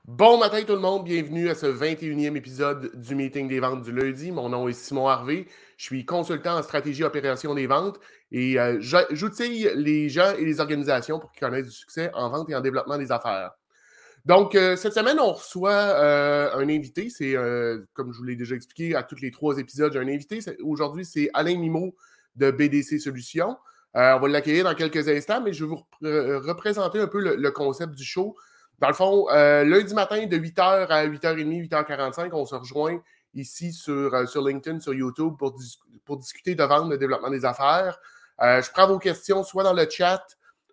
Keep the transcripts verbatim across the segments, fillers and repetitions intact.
Bon matin tout le monde, bienvenue à ce vingt et unième épisode du Meeting des ventes du lundi. Mon nom est Simon Harvey, je suis consultant en stratégie et opération des ventes et euh, j'a- j'outille les gens et les organisations pour qu'ils connaissent du succès en vente et en développement des affaires. Donc, euh, cette semaine, on reçoit euh, un invité. C'est, euh, comme je vous l'ai déjà expliqué, à tous les trois épisodes, j'ai un invité. C'est- Aujourd'hui, c'est Alain Mimot de B D C Solutions. Euh, on va l'accueillir dans quelques instants, mais je vais vous repr- euh, représenter un peu le, le concept du show. Dans le fond, euh, lundi matin, de huit heures à huit heures trente, huit heures quarante-cinq, on se rejoint ici sur, euh, sur LinkedIn, sur YouTube, pour, dis- pour discuter de vente, de développement des affaires. Euh, je prends vos questions soit dans le chat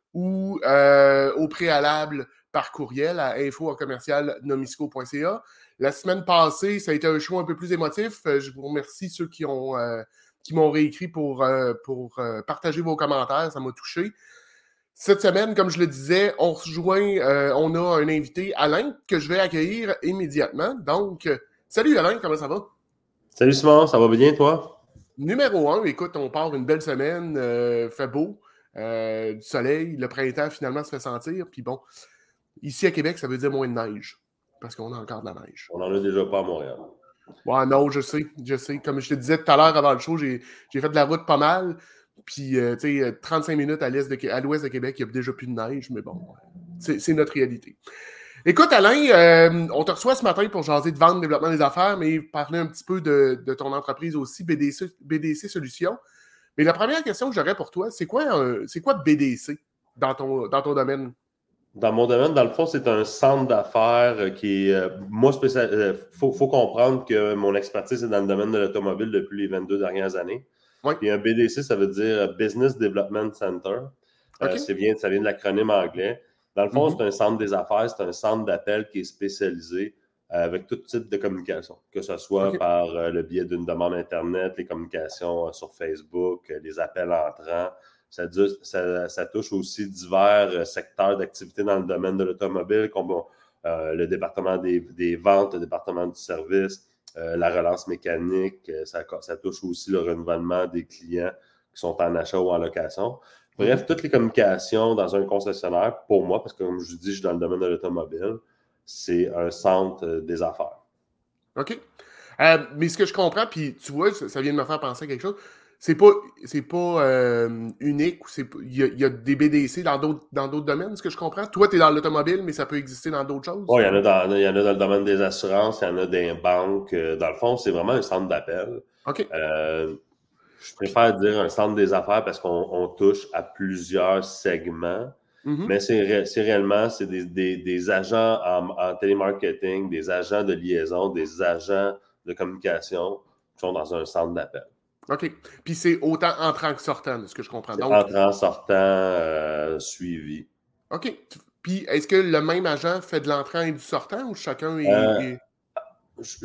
ou euh, au préalable par courriel à info commercial nomisco point c a. La semaine passée, ça a été un show un peu plus émotif. Euh, Je vous remercie ceux qui ont euh, qui m'ont réécrit pour, euh, pour euh, partager vos commentaires. Ça m'a touché. Cette semaine, comme je le disais, on rejoint, euh, on a un invité, Alain, que je vais accueillir immédiatement. Donc, euh, salut Alain, comment ça va? Salut Simon, ça va bien toi? Numéro un, écoute, on part une belle semaine, euh, fait beau, euh, du soleil, le printemps finalement se fait sentir. Puis bon, ici à Québec, ça veut dire moins de neige, parce qu'on a encore de la neige. On n'en a déjà pas à Montréal. Ouais, non, je sais, je sais. Comme je te disais tout à l'heure avant le show, j'ai, j'ai fait de la route pas mal. Puis, euh, tu sais, trente-cinq minutes à l'est de, à l'ouest de Québec, il n'y a déjà plus de neige, mais bon, c'est, c'est notre réalité. Écoute, Alain, euh, on te reçoit ce matin pour jaser de vente, développement des affaires, mais parler un petit peu de, de ton entreprise aussi, B D C, B D C Solutions. Mais la première question que j'aurais pour toi, c'est quoi, un, c'est quoi B D C dans ton, dans ton domaine? Dans mon domaine, dans le fond, c'est un centre d'affaires qui est, euh, moi, spécial. Il faut, faut comprendre que mon expertise est dans le domaine de l'automobile depuis les vingt-deux dernières années. Oui. Puis un B D C, ça veut dire Business Development Center. Euh, OK. c'est bien, ça vient de l'acronyme anglais. Dans le fond, Mm-hmm. c'est un centre des affaires, c'est un centre d'appel qui est spécialisé euh, avec tout type de communication, que ce soit OK. par euh, le biais d'une demande Internet, les communications euh, sur Facebook, euh, les appels entrants. Ça, ça, ça touche aussi divers secteurs d'activité dans le domaine de l'automobile, comme euh, le département des, des ventes, le département du service, euh, la relance mécanique. Ça, ça touche aussi le renouvellement des clients qui sont en achat ou en location. Bref, Mm-hmm. toutes les communications dans un concessionnaire, pour moi, parce que comme je vous dis, je suis dans le domaine de l'automobile, c'est un centre des affaires. OK. Euh, mais ce que je comprends, puis tu vois, ça, ça vient de me faire penser à quelque chose. C'est pas, c'est pas euh, unique, ou c'est pas- il y, a, il y a des B D C dans d'autres, dans d'autres domaines, ce que je comprends. Toi, tu es dans l'automobile, mais ça peut exister dans d'autres choses. Oui, il y en a dans, il y en a dans le domaine des assurances, il y en a des banques. Dans le fond, c'est vraiment un centre d'appel. OK. Euh, je Puis, préfère dire un centre des affaires parce qu'on on touche à plusieurs segments, mm-hmm. mais c'est, ré, c'est réellement c'est des, des, des agents en, en télémarketing, des agents de liaison, des agents de communication qui sont dans un centre d'appel. OK. Puis c'est autant entrant que sortant, de ce que je comprends. C'est Donc, entrant, sortant, euh, suivi. OK. Puis est-ce que le même agent fait de l'entrant et du sortant ou chacun est. Euh, est... je,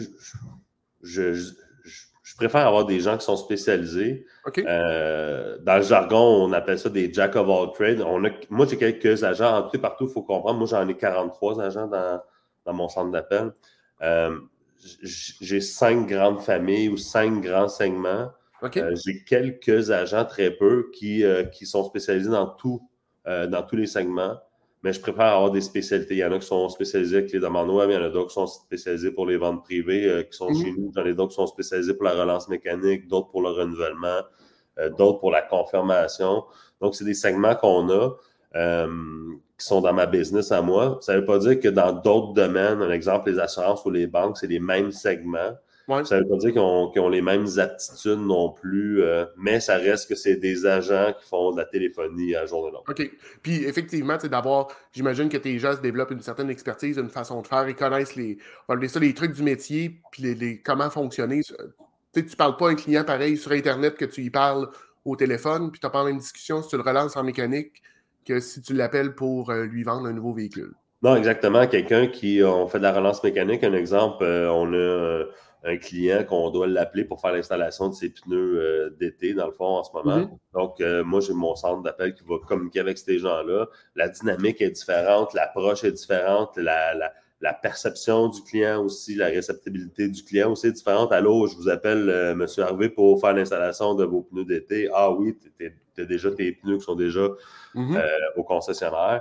je, je, je préfère avoir des gens qui sont spécialisés. OK. Euh, dans le jargon, on appelle ça des jack of all trades. On a, moi, j'ai quelques agents en tout et partout, il faut comprendre. Moi, j'en ai quarante-trois agents dans, dans mon centre d'appel. Euh, j'ai cinq grandes familles ou cinq grands segments. OK. Euh, j'ai quelques agents, très peu, qui, euh, qui sont spécialisés dans, tout, euh, dans tous les segments. Mais je préfère avoir des spécialités. Il y en a qui sont spécialisés avec les demandes web, il y en a d'autres qui sont spécialisés pour les ventes privées, euh, qui sont Mm-hmm. chez nous. J'en ai d'autres qui sont spécialisés pour la relance mécanique, d'autres pour le renouvellement, euh, d'autres pour la confirmation. Donc, c'est des segments qu'on a euh, qui sont dans ma business à moi. Ça ne veut pas dire que dans d'autres domaines, un exemple, les assurances ou les banques, c'est les mêmes segments. Ouais. Ça ne veut pas dire qu'ils ont, qu'ils ont les mêmes aptitudes non plus, euh, mais ça reste que c'est des agents qui font de la téléphonie à jour de long. OK. Puis effectivement, c'est d'avoir, j'imagine que tes gens se développent une certaine expertise, une façon de faire, ils connaissent les, on va appeler ça les trucs du métier, puis les, les- comment fonctionner. Tu sais, tu parles pas à un client pareil sur Internet que tu y parles au téléphone, puis tu n'as pas la même discussion si tu le relances en mécanique que si tu l'appelles pour euh, lui vendre un nouveau véhicule. Non, exactement. Quelqu'un qui, on fait de la relance mécanique, un exemple, euh, on a euh, un client qu'on doit l'appeler pour faire l'installation de ses pneus euh, d'été, dans le fond, en ce moment. Mm-hmm. Donc, euh, moi, j'ai mon centre d'appel qui va communiquer avec ces gens-là. La dynamique est différente, l'approche est différente, la, la, la perception du client aussi, la réceptibilité du client aussi est différente. Allô, je vous appelle euh, M. Harvey pour faire l'installation de vos pneus d'été. Ah oui, tu as déjà tes pneus qui sont déjà Mm-hmm. euh, au concessionnaire.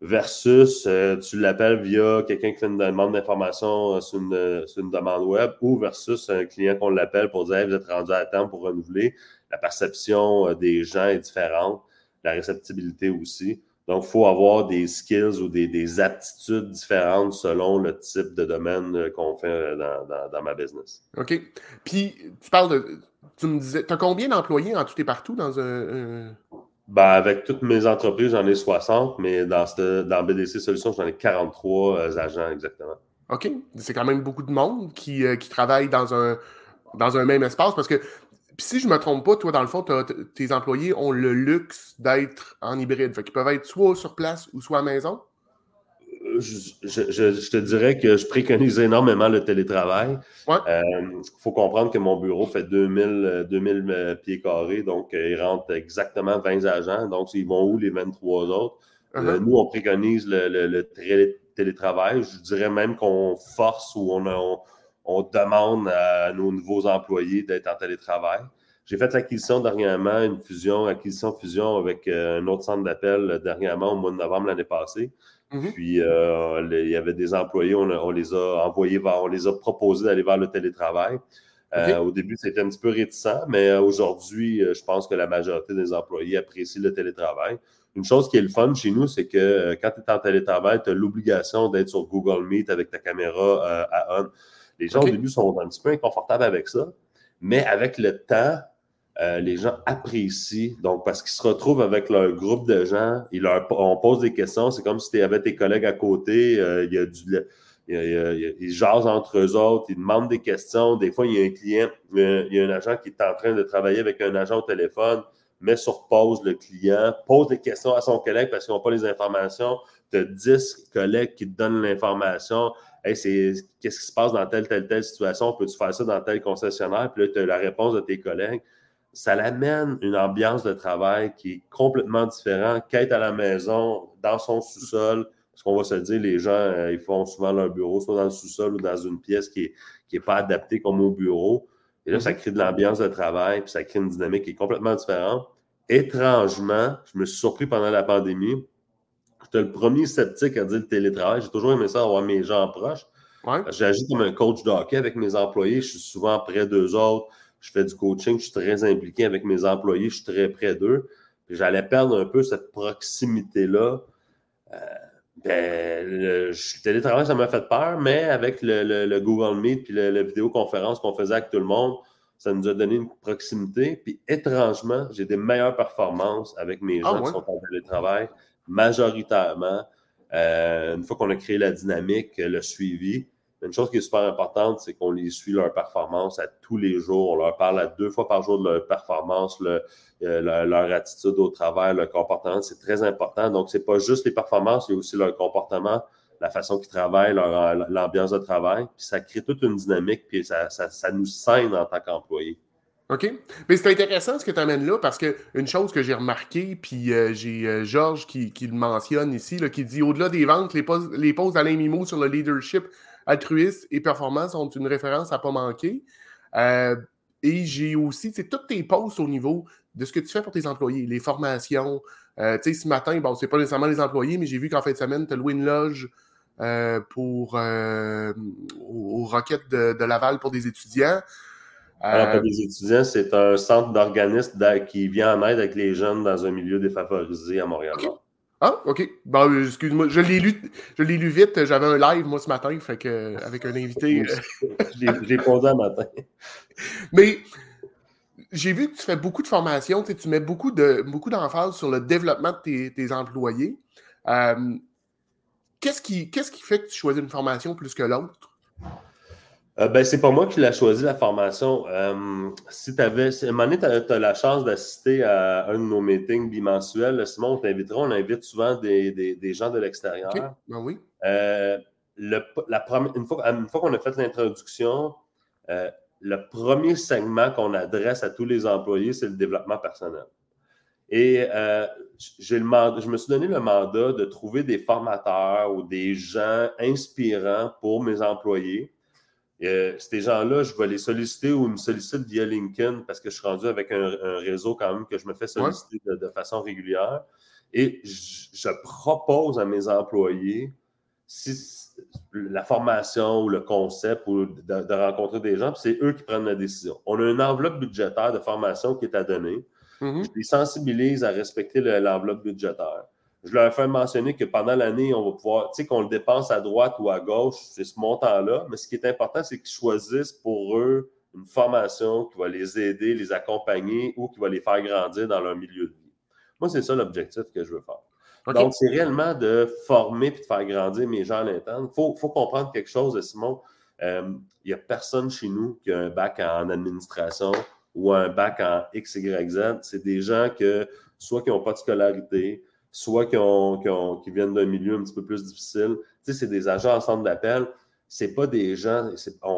versus euh, tu l'appelles via quelqu'un qui fait une demande d'information euh, sur, une, sur une demande web ou versus un client qu'on l'appelle pour dire hey, « vous êtes rendu à temps pour renouveler ». La perception euh, des gens est différente, la réceptibilité aussi. Donc, il faut avoir des skills ou des, des aptitudes différentes selon le type de domaine qu'on fait dans, dans, dans ma business. OK. Puis, tu parles de... Tu me disais... Tu as combien d'employés en tout et partout dans un... un... Ben, avec toutes mes entreprises, j'en ai soixante, mais dans, cette, dans B D C Solutions, j'en ai quarante-trois euh, agents exactement. OK. C'est quand même beaucoup de monde qui, euh, qui travaille dans un, dans un même espace parce que puis si je me trompe pas, toi, dans le fond, tes employés ont le luxe d'être en hybride. Fait qu'ils peuvent être soit sur place ou soit à la maison? Je, je, je, je te dirais que je préconise énormément le télétravail. Il Ouais. euh, faut comprendre que mon bureau fait deux mille, deux mille pieds carrés, donc euh, il rentre exactement vingt agents. Donc, ils vont où les vingt-trois autres? Uh-huh. Euh, nous, on préconise le, le, le télétravail. Je dirais même qu'on force ou on, on, on demande à nos nouveaux employés d'être en télétravail. J'ai fait l'acquisition dernièrement, une fusion, acquisition-fusion avec euh, un autre centre d'appel dernièrement au mois de novembre l'année passée. Mm-hmm. Puis, euh, les, il y avait des employés, on, on les a envoyés vers, on les a proposés d'aller vers le télétravail. Okay. Euh, au début, c'était un petit peu réticent, mais aujourd'hui, je pense que la majorité des employés apprécient le télétravail. Une chose qui est le fun chez nous, c'est que quand tu es en télétravail, tu as l'obligation d'être sur Google Meet avec ta caméra euh, à on. Les gens, okay. au début, sont un petit peu inconfortables avec ça, mais avec le temps, Euh, les gens apprécient, donc parce qu'ils se retrouvent avec leur groupe de gens, ils leur, on pose des questions, c'est comme si tu avais tes collègues à côté, euh, il y a du, il y a, il y a, il y a, ils jasent entre eux autres, ils demandent des questions, des fois il y a un client, il y a un agent qui est en train de travailler avec un agent au téléphone, met sur pause le client, pose des questions à son collègue parce qu'ils n'ont pas les informations, tu as dix collègues qui te donnent l'information. Hey, c'est, qu'est-ce qui se passe dans telle, telle, telle situation? Peux-tu faire ça dans tel concessionnaire? Puis là, tu as la réponse de tes collègues. Ça l'amène une ambiance de travail qui est complètement différente qu'être à la maison, dans son sous-sol. Parce qu'on va se dire, les gens, euh, ils font souvent leur bureau, soit dans le sous-sol ou dans une pièce qui n'est qui est pas adaptée comme au bureau. Et là, ça crée de l'ambiance de travail, puis ça crée une dynamique qui est complètement différente. Étrangement, je me suis surpris pendant la pandémie. J'étais le premier sceptique à dire le télétravail. J'ai toujours aimé ça, avoir mes gens proches. Ouais. J'agis comme un coach de hockey avec mes employés. Je suis souvent près d'eux autres. Je fais du coaching. Je suis très impliqué avec mes employés. Je suis très près d'eux. Puis j'allais perdre un peu cette proximité-là. Euh, ben, le, le télétravail, ça m'a fait peur, mais avec le, le, le Google Meet puis le, la vidéoconférence qu'on faisait avec tout le monde, ça nous a donné une proximité. Puis étrangement, j'ai des meilleures performances avec mes gens ah, ouais. qui sont en télétravail, majoritairement. Euh, une fois qu'on a créé la dynamique, le suivi, une chose qui est super importante, c'est qu'on les suit leur performance à tous les jours. On leur parle à deux fois par jour de leur performance, le, euh, leur, leur attitude au travail, leur comportement. C'est très important. Donc, c'est pas juste les performances, il y a aussi leur comportement, la façon qu'ils travaillent, leur, l'ambiance de travail. Puis ça crée toute une dynamique, puis ça, ça, ça nous scène en tant qu'employés. OK. Mais c'est intéressant ce que tu amènes là, parce qu'une chose que j'ai remarqué, puis euh, j'ai euh, Georges qui, qui le mentionne ici, là, qui dit « Au-delà des ventes, les pauses, les pauses d'Alain Mimo sur le leadership altruiste et performant sont une référence à ne pas manquer. Euh, et j'ai aussi, tu sais, toutes tes posts au niveau de ce que tu fais pour tes employés, les formations. Euh, tu sais, ce matin, bon, c'est pas nécessairement les employés, mais j'ai vu qu'en fin de semaine, tu as loué une loge euh, pour euh, aux, aux Roquettes de, de Laval pour des étudiants. Alors, pour des étudiants, c'est un centre d'organisme qui vient en aide avec les jeunes dans un milieu défavorisé à Montréal. Okay. Ah, OK. Bon, excuse-moi, je l'ai lu, je l'ai lu vite. J'avais un live, moi, ce matin, fait que, avec un invité. je l'ai posé un matin. Mais j'ai vu que tu fais beaucoup de formations, tu, sais, tu mets beaucoup, de, beaucoup d'emphase sur le développement de tes, tes employés. Euh, qu'est-ce, qui, qu'est-ce qui fait que tu choisis une formation plus que l'autre? Euh, ben, c'est pas moi qui l'ai choisi, la formation. Euh, si tu avais, si, à un moment donné, tu as la chance d'assister à un de nos meetings bimensuels, Simon, on t'invitera, on invite souvent des, des, des gens de l'extérieur. Okay. Ben oui. Euh, le, la première, une, fois, une fois qu'on a fait l'introduction, euh, le premier segment qu'on adresse à tous les employés, c'est le développement personnel. Et euh, j'ai le mandat, je me suis donné le mandat de trouver des formateurs ou des gens inspirants pour mes employés. Euh, ces gens-là, je vais les solliciter ou ils me sollicitent via LinkedIn parce que je suis rendu avec un, un réseau quand même que je me fais solliciter ouais. de, de façon régulière. Et je, je propose à mes employés, si la formation ou le concept ou de, de rencontrer des gens, puis c'est eux qui prennent la décision. On a une enveloppe budgétaire de formation qui est à donner. Mm-hmm. Je les sensibilise à respecter le, l'enveloppe budgétaire. Je leur fais mentionner que pendant l'année, on va pouvoir, tu sais, qu'on le dépense à droite ou à gauche, c'est ce montant-là, mais ce qui est important, c'est qu'ils choisissent pour eux une formation qui va les aider, les accompagner ou qui va les faire grandir dans leur milieu de vie. Moi, c'est ça l'objectif que je veux faire. Okay. Donc, c'est réellement de former et de faire grandir mes gens à l'interne. Il faut, faut comprendre quelque chose, Simon. Euh, il n'y a personne chez nous qui a un bac en administration ou un bac en X, Y, Z. C'est des gens que, soit qui n'ont pas de scolarité, soit qui, ont, qui, ont, qui viennent d'un milieu un petit peu plus difficile. Tu sais, c'est des agents en centre d'appel. C'est pas des gens,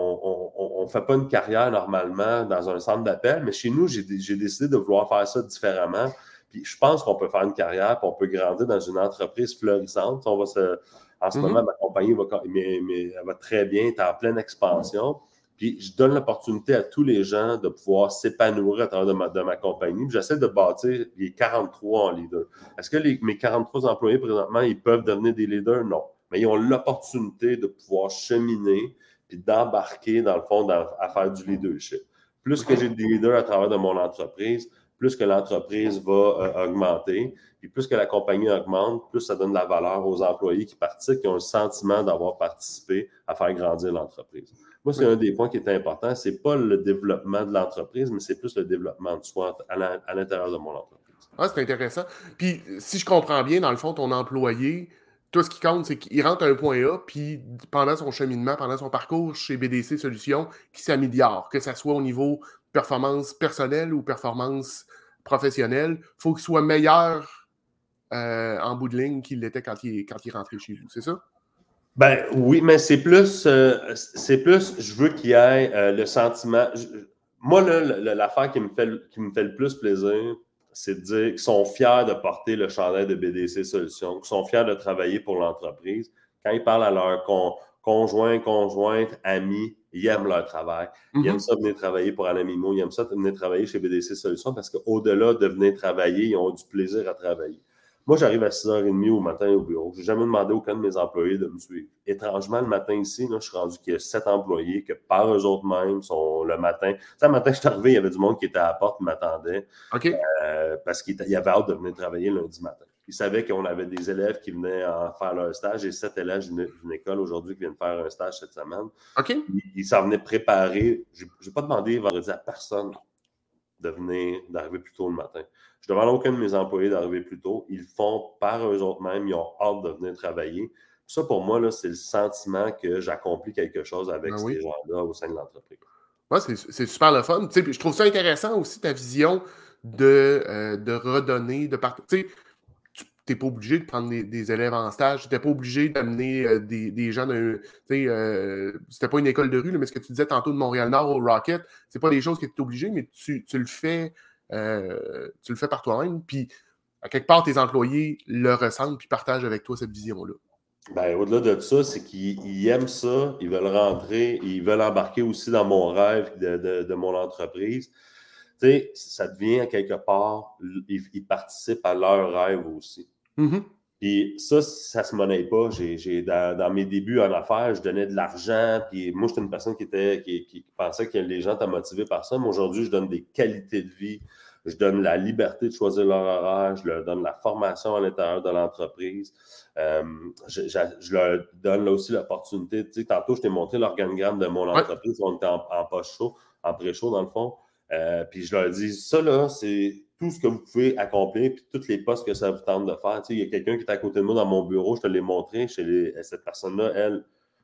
on ne fait pas une carrière normalement dans un centre d'appel, mais chez nous, j'ai, j'ai décidé de vouloir faire ça différemment. Puis je pense qu'on peut faire une carrière, puis on peut grandir dans une entreprise florissante. On va se, en ce mm-hmm. moment, ma compagnie va, mais, mais, elle va très bien, elle est en pleine expansion. Puis je donne l'opportunité à tous les gens de pouvoir s'épanouir à travers de ma, de ma compagnie. Puis j'essaie de bâtir les quarante-trois en leader. Est-ce que les, mes quarante-trois employés présentement, ils peuvent devenir des leaders? Non. Mais ils ont l'opportunité de pouvoir cheminer puis d'embarquer, dans le fond, dans, à faire du leadership. Plus que j'ai des leaders à travers de mon entreprise, plus que l'entreprise va euh, augmenter, puis plus que la compagnie augmente, plus ça donne de la valeur aux employés qui participent, qui ont le sentiment d'avoir participé à faire grandir l'entreprise. Moi, c'est oui. un des points qui est important. Ce n'est pas le développement de l'entreprise, mais c'est plus le développement de soi à, la, à l'intérieur de mon entreprise. Ah, c'est intéressant. Puis, si je comprends bien, dans le fond, ton employé, tout ce qui compte, c'est qu'il rentre à un point A, puis pendant son cheminement, pendant son parcours chez B D C Solutions, qu'il s'améliore, que ce soit au niveau performance personnelle ou performance professionnelle, il faut qu'il soit meilleur euh, en bout de ligne qu'il l'était quand il, quand il est rentré chez vous, c'est ça? Ben oui, mais c'est plus, euh, c'est plus, je veux qu'il y ait euh, le sentiment. Je, moi, là, l'affaire qui me fait, qui me fait le plus plaisir, c'est de dire qu'ils sont fiers de porter le chandail de B D C Solutions, qu'ils sont fiers de travailler pour l'entreprise. Quand ils parlent à leurs con, conjoints, conjointes, amis, ils aiment leur travail. Ils mm-hmm. aiment ça venir travailler pour Alain Mimo, ils aiment ça venir travailler chez B D C Solutions parce qu'au-delà de venir travailler, ils ont du plaisir à travailler. Moi, j'arrive à six heures trente au matin au bureau. Je n'ai jamais demandé à aucun de mes employés de me suivre. Étrangement, le matin ici, là, je suis rendu qu'il y a sept employés que par eux autres mêmes sont le matin. Tu sais, le matin, je suis arrivé, il y avait du monde qui était à la porte qui m'attendait okay. euh, parce qu'il y avait hâte de venir travailler lundi matin. Ils savaient qu'on avait des élèves qui venaient en faire leur stage. J'ai sept élèves d'une école aujourd'hui qui viennent faire un stage cette semaine. Okay. Ils, ils s'en venaient préparer. Je n'ai pas demandé vendredi à personne de venir, d'arriver plus tôt le matin. Je ne demande à aucun de mes employés d'arriver plus tôt. Ils le font par eux autres mêmes. Ils ont hâte de venir travailler. Ça, pour moi, là, c'est le sentiment que j'accomplis quelque chose avec ben oui. ces gens-là au sein de l'entreprise. Ouais, c'est, c'est super le fun. Tu sais, je trouve ça intéressant aussi, ta vision de, euh, de redonner, de partir. Tu sais, tu n'es pas obligé de prendre des, des élèves en stage. Tu n'étais pas obligé d'amener euh, des, des gens d'un. Tu sais, euh, c'était pas une école de rue, là, mais ce que tu disais tantôt de Montréal-Nord au Rocket, c'est pas des choses que tu es obligé, mais tu, tu le fais. Euh, tu le fais par toi-même, puis à quelque part, tes employés le ressentent, puis partagent avec toi cette vision-là. Ben, au-delà de ça, c'est qu'ils ils aiment ça, ils veulent rentrer, ils veulent embarquer aussi dans mon rêve de, de, de mon entreprise. Tu sais, ça devient à quelque part, ils, ils participent à leur rêve aussi. Mm-hmm. Puis ça, ça se monnaie pas. J'ai, j'ai, dans, dans mes débuts en affaires, je donnais de l'argent. Puis moi, j'étais une personne qui, était, qui, qui pensait que les gens étaient motivés par ça. Mais aujourd'hui, je donne des qualités de vie. Je donne la liberté de choisir leur horaire. Je leur donne la formation à l'intérieur de l'entreprise. Euh, je, je, je leur donne là aussi l'opportunité. Tu sais, tantôt, je t'ai montré l'organigramme de mon entreprise. Ouais. On était en, en post-show, en pré-show, dans le fond. Euh, puis je leur dis, ça là, c'est tout ce que vous pouvez accomplir, puis tous les postes que ça vous tente de faire. Tu sais, il y a quelqu'un qui est à côté de moi dans mon bureau, je te l'ai montré, chez les, cette personne-là, elle,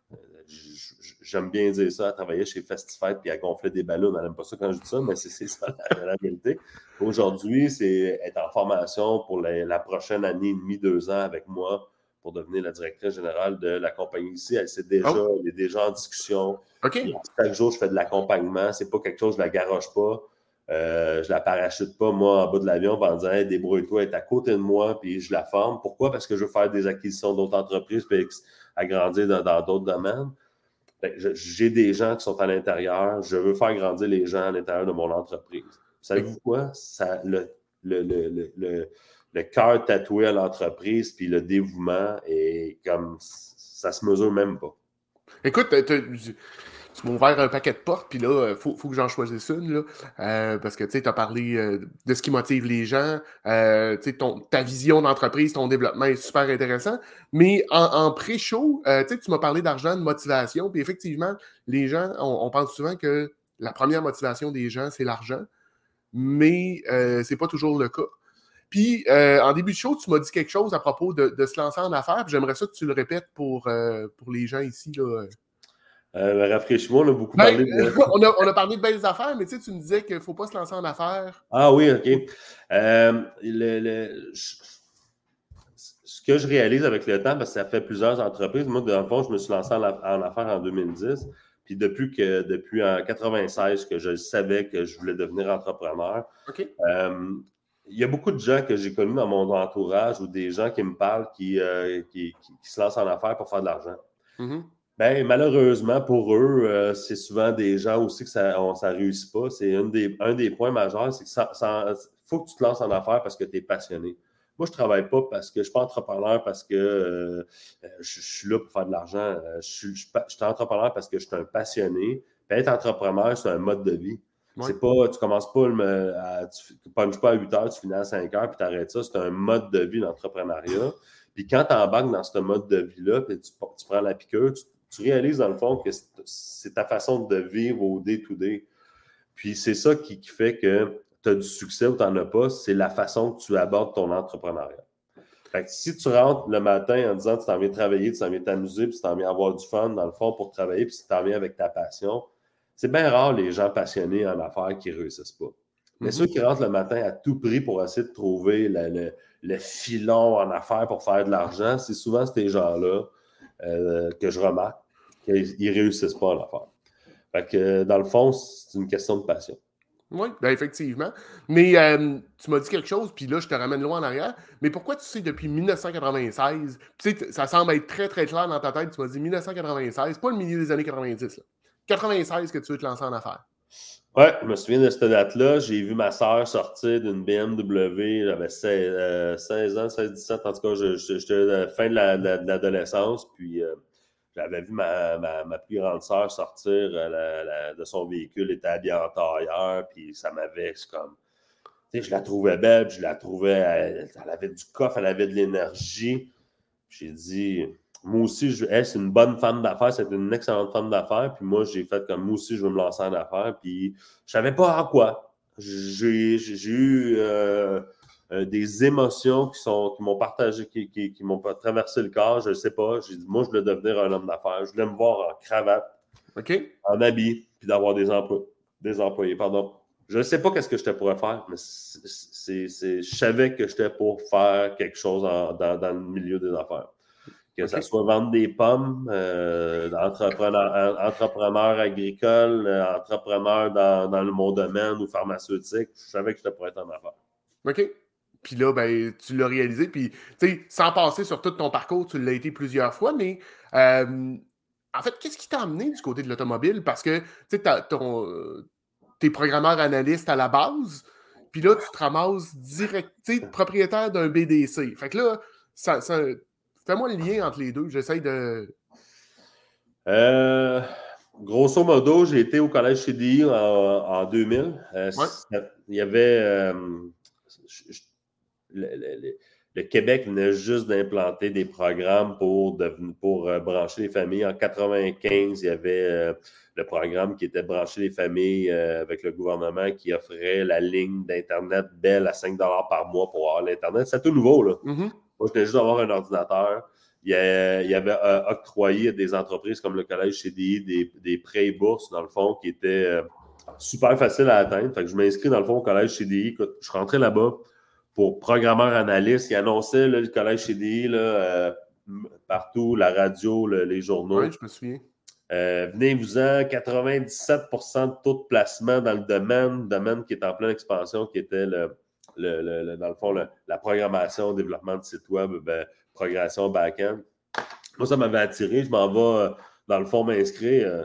j'aime bien dire ça, elle travaillait chez Festifête, puis elle gonflait des ballons, elle n'aime pas ça quand je dis ça, mais c'est, c'est ça la, la réalité. Aujourd'hui, c'est être en formation pour la, la prochaine année et demie, deux ans avec moi, pour devenir la directrice générale de la compagnie ici. Elle, c'est déjà, oh. elle est déjà en discussion. Okay. Chaque jour, je fais de l'accompagnement. C'est pas quelque chose, je la garoche pas. Euh, je la parachute pas, moi, en bas de l'avion, en disant hey, débrouille-toi, elle est à côté de moi, puis je la forme. Pourquoi? Parce que je veux faire des acquisitions d'autres entreprises, puis agrandir dans, dans d'autres domaines. Fait que j'ai des gens qui sont à l'intérieur. Je veux faire grandir les gens à l'intérieur de mon entreprise. Savez-vous quoi? Ça, le, le, le, le, le le cœur tatoué à l'entreprise, puis le dévouement, et comme ça se mesure même pas. Écoute, t'as, t'as, tu m'as ouvert un paquet de portes, puis là, il faut, faut que j'en choisisse une, là, euh, parce que, tu sais, tu as parlé euh, de ce qui motive les gens, euh, tu sais, ton, ta vision d'entreprise, ton développement est super intéressant, mais en, en pré-show, euh, tu sais, tu m'as parlé d'argent, de motivation, puis effectivement, les gens, on, on pense souvent que la première motivation des gens, c'est l'argent, mais euh, c'est pas toujours le cas. Puis, euh, en début de show, tu m'as dit quelque chose à propos de, de se lancer en affaires, puis j'aimerais ça que tu le répètes pour, euh, pour les gens ici, là. Euh, rafraîchis-moi, on a beaucoup Ben, parlé de... on, a, on a parlé de belles affaires, mais tu sais, tu me disais qu'il ne faut pas se lancer en affaires. Ah oui, OK. Euh, le, le, je, ce que je réalise avec le temps, parce que ça fait plusieurs entreprises, moi, dans le fond, je me suis lancé en, en affaires en deux mille dix, puis depuis que depuis en quatre-vingt-seize que je savais que je voulais devenir entrepreneur, OK. euh, il y a beaucoup de gens que j'ai connus dans mon entourage ou des gens qui me parlent qui, euh, qui, qui, qui se lancent en affaires pour faire de l'argent. Mm-hmm. Ben, malheureusement, pour eux, euh, c'est souvent des gens aussi que ça ne réussit pas. C'est un des, un des points majeurs, c'est qu'il faut que tu te lances en affaires parce que tu es passionné. Moi, je ne travaille pas parce que je ne suis pas entrepreneur, parce que euh, je, je suis là pour faire de l'argent. Je suis, je, je suis entrepreneur parce que je suis un passionné. Puis être entrepreneur, c'est un mode de vie. Ouais. C'est pas, tu commences pas à, tu ne punches pas à huit heures, tu finis à cinq heures, puis tu arrêtes ça. C'est un mode de vie, l'entrepreneuriat. Puis quand tu embarques dans ce mode de vie-là, puis tu, tu prends la piqûre, tu, tu réalises dans le fond que c'est ta façon de vivre au day-to-day. Puis c'est ça qui, qui fait que tu as du succès ou tu n'en as pas, c'est la façon que tu abordes ton entrepreneuriat. Fait que si tu rentres le matin en disant que tu t'en viens travailler, tu t'en viens t'amuser, puis tu t'en viens avoir du fun dans le fond pour travailler, puis tu t'en viens avec ta passion, c'est bien rare les gens passionnés en affaires qui ne réussissent pas. Mais mm-hmm. ceux qui rentrent le matin à tout prix pour essayer de trouver le, le, le filon en affaires pour faire de l'argent, c'est souvent ces gens-là euh, que je remarque qu'ils ne réussissent pas en affaires. Fait que dans le fond, c'est une question de passion. Oui, bien effectivement. Mais euh, tu m'as dit quelque chose, puis là, je te ramène loin en arrière. Mais pourquoi tu sais depuis dix-neuf cent quatre-vingt-seize, tu sais, ça semble être très, très clair dans ta tête, tu m'as dit dix-neuf cent quatre-vingt-seize, pas le milieu des années quatre-vingt-dix, là. quatre-vingt-seize que tu veux te lancer en affaires. Oui, je me souviens de cette date-là. J'ai vu ma sœur sortir d'une B M W. J'avais seize, euh, seize ans, seize dix-sept. En tout cas, j'étais à la fin de, la, de, la, de l'adolescence. Puis euh, j'avais vu ma, ma, ma plus grande sœur sortir euh, la, la, de son véhicule, elle était habillée en tailleur. Puis ça m'avait comme... Tu sais, je la trouvais belle, puis je la trouvais... Elle, elle avait du coffre, elle avait de l'énergie. J'ai dit... Moi aussi, je, elle, c'est une bonne femme d'affaires, c'est une excellente femme d'affaires. Puis moi, j'ai fait comme moi aussi, je veux me lancer en affaires. Puis je savais pas en quoi. J'ai, j'ai eu euh, euh, des émotions qui, sont, qui m'ont partagé, qui, qui, qui m'ont traversé le corps. Je ne sais pas. J'ai dit, moi, je voulais devenir un homme d'affaires. Je voulais me voir en cravate, okay. en habit, puis d'avoir des, emplois, des employés. Pardon. Je ne sais pas qu'est-ce que j'étais pour faire, mais c'est, c'est, c'est, je savais que j'étais pour faire quelque chose en, dans, dans le milieu des affaires. Que okay. ça soit vendre des pommes, euh, entrepreneur, entrepreneur agricole, euh, entrepreneur dans, dans le mon domaine ou pharmaceutique, je savais que j'étais pour être en affaires. OK. Puis là, ben, tu l'as réalisé. Puis, tu sais, sans passer sur tout ton parcours, tu l'as été plusieurs fois, mais euh, en fait, qu'est-ce qui t'a amené du côté de l'automobile? Parce que, tu sais, euh, t'es programmeur analyste à la base, puis là, tu te ramasses direct, tu sais, propriétaire d'un B D C. Fait que là, ça... ça fais-moi le lien entre les deux. J'essaye de... Euh, grosso modo, j'ai été au collège C D I en, en deux mille. Euh, ouais. Il y avait... Euh, je, je, le, le, le Québec venait juste d'implanter des programmes pour, devenir, pour euh, brancher les familles. En quatre-vingt-quinze, il y avait euh, le programme qui était brancher les familles euh, avec le gouvernement qui offrait la ligne d'Internet Bell à cinq dollars par mois pour avoir l'Internet. C'est tout nouveau, là. Mm-hmm. Moi, je venais juste d'avoir un ordinateur. Il y, a, il y avait euh, octroyé à des entreprises comme le Collège C D I des, des prêts et bourses, dans le fond, qui étaient euh, super faciles à atteindre. Fait que je m'ai inscrit, dans le fond, au Collège C D I. Écoute, je rentrais là-bas pour programmeur analyste. Il annonçait là, le Collège C D I là, euh, partout, la radio, le, les journaux. Oui, je me souviens. Euh, venez-vous-en, quatre-vingt-dix-sept pour cent de taux de placement dans le domaine, domaine qui est en pleine expansion, qui était le... Le, le, le, dans le fond, le, la programmation, développement de site web, ben, progression back-end. Moi, ça m'avait attiré. Je m'en vais, dans le fond, m'inscrire. Euh,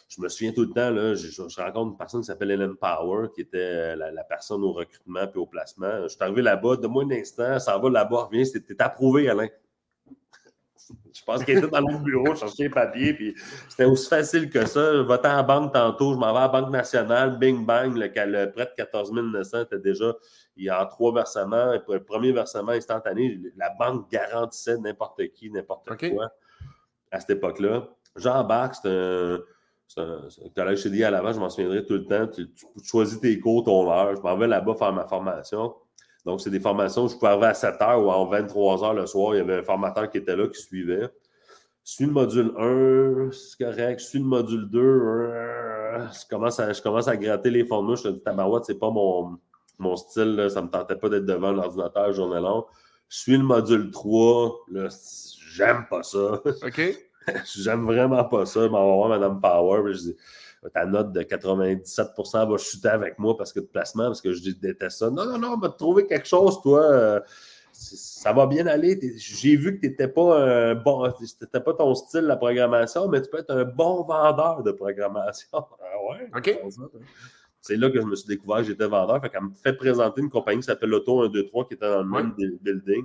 je me souviens tout le temps, là, je, je rencontre une personne qui s'appelle Hélène Power, qui était la, la personne au recrutement et au placement. Je suis arrivé là-bas, donne-moi un instant, ça va là-bas, reviens, t'es approuvé, Alain. Je pense qu'il était dans mon bureau, chercher les papiers, puis c'était aussi facile que ça. Va-t'en à la banque tantôt, je m'en vais à la Banque nationale, bing bang, le, le prêt de quatorze mille neuf cents était déjà, il y a trois versements, le premier versement instantané, la banque garantissait n'importe qui, n'importe okay. quoi à cette époque-là. J'embarque, c'est un, c'est un, c'est un collège C D I à l'avant, je m'en souviendrai tout le temps. Tu, tu choisis tes cours, ton heure. Je m'en vais là-bas faire ma formation. Donc, c'est des formations où je pouvais arriver à sept heures ou à vingt-trois heures le soir. Il y avait un formateur qui était là, qui suivait. Je suis le module un, c'est correct. Je suis le module deux. Je commence à, je commence à gratter les fonds de mouche. Je te dis, tabarouette, c'est pas mon, mon style. Là. Ça me tentait pas d'être devant l'ordinateur journée longue. Je suis le module trois. Là, j'aime pas ça. OK. J'aime vraiment pas ça. Je m'en vais voir Mme Power. Je dis, ta note de quatre-vingt-dix-sept pour cent va chuter avec moi parce que de placement, parce que je déteste ça. Non, non, non, on va te trouver quelque chose, toi. Ça va bien aller. J'ai vu que tu n'étais pas un bon. C'était pas ton style, la programmation, mais tu peux être un bon vendeur de programmation. Ah ouais? OK. C'est là que je me suis découvert que j'étais vendeur. Fait qu'elle me fait présenter une compagnie qui s'appelle Auto un deux trois qui était dans le même ouais. building.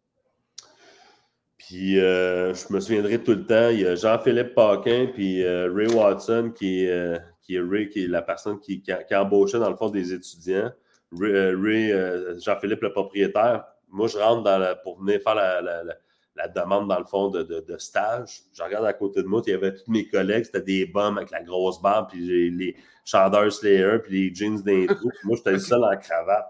Puis, euh, je me souviendrai tout le temps, il y a Jean-Philippe Paquin puis euh, Ray Watson, qui est, euh, qui est Ray, qui est la personne qui, qui, a, qui a embauché, dans le fond, des étudiants. Ray, euh, Ray euh, Jean-Philippe, le propriétaire. Moi, je rentre dans la, pour venir faire la, la, la, la demande, dans le fond, de, de, de stage. Je regarde à côté de moi, il y avait tous mes collègues, c'était des bums avec la grosse barbe, puis les, les chandeurs Slayer, puis les jeans d'un trou. Moi, j'étais le seul en cravate.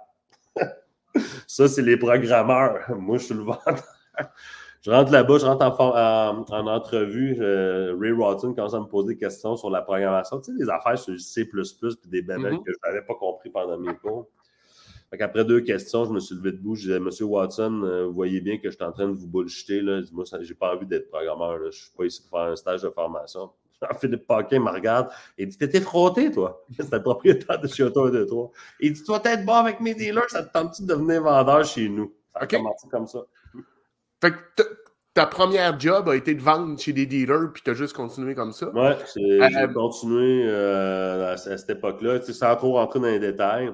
Ça, c'est les programmeurs. Moi, je suis le vendeur. Je rentre là-bas, je rentre en, en, en entrevue. Euh, Ray Watson commence à me poser des questions sur la programmation. Tu sais, des affaires sur le C plus plus puis des bébés mm-hmm. que je n'avais pas compris pendant mes cours. Fait qu'après deux questions, je me suis levé debout. Je disais, Monsieur Watson, euh, vous voyez bien que je suis en train de vous bullshiter. Là. Moi, j'ai pas envie d'être programmeur. Là. Je suis pas ici pour faire un stage de formation. Jean-Philippe Paquin me regarde et dit, t'étais frotté, toi. C'était le propriétaire de chez Auto un deux trois. Il dit, tu dois être bon avec mes dealers, ça te tente-tu de devenir vendeur chez nous? Ça a okay. commencé comme ça. Fait que ta première job a été de vendre chez des dealers, puis tu as juste continué comme ça? Oui, euh, j'ai continué euh, à, à cette époque-là. Tu sais, sans trop rentrer dans les détails.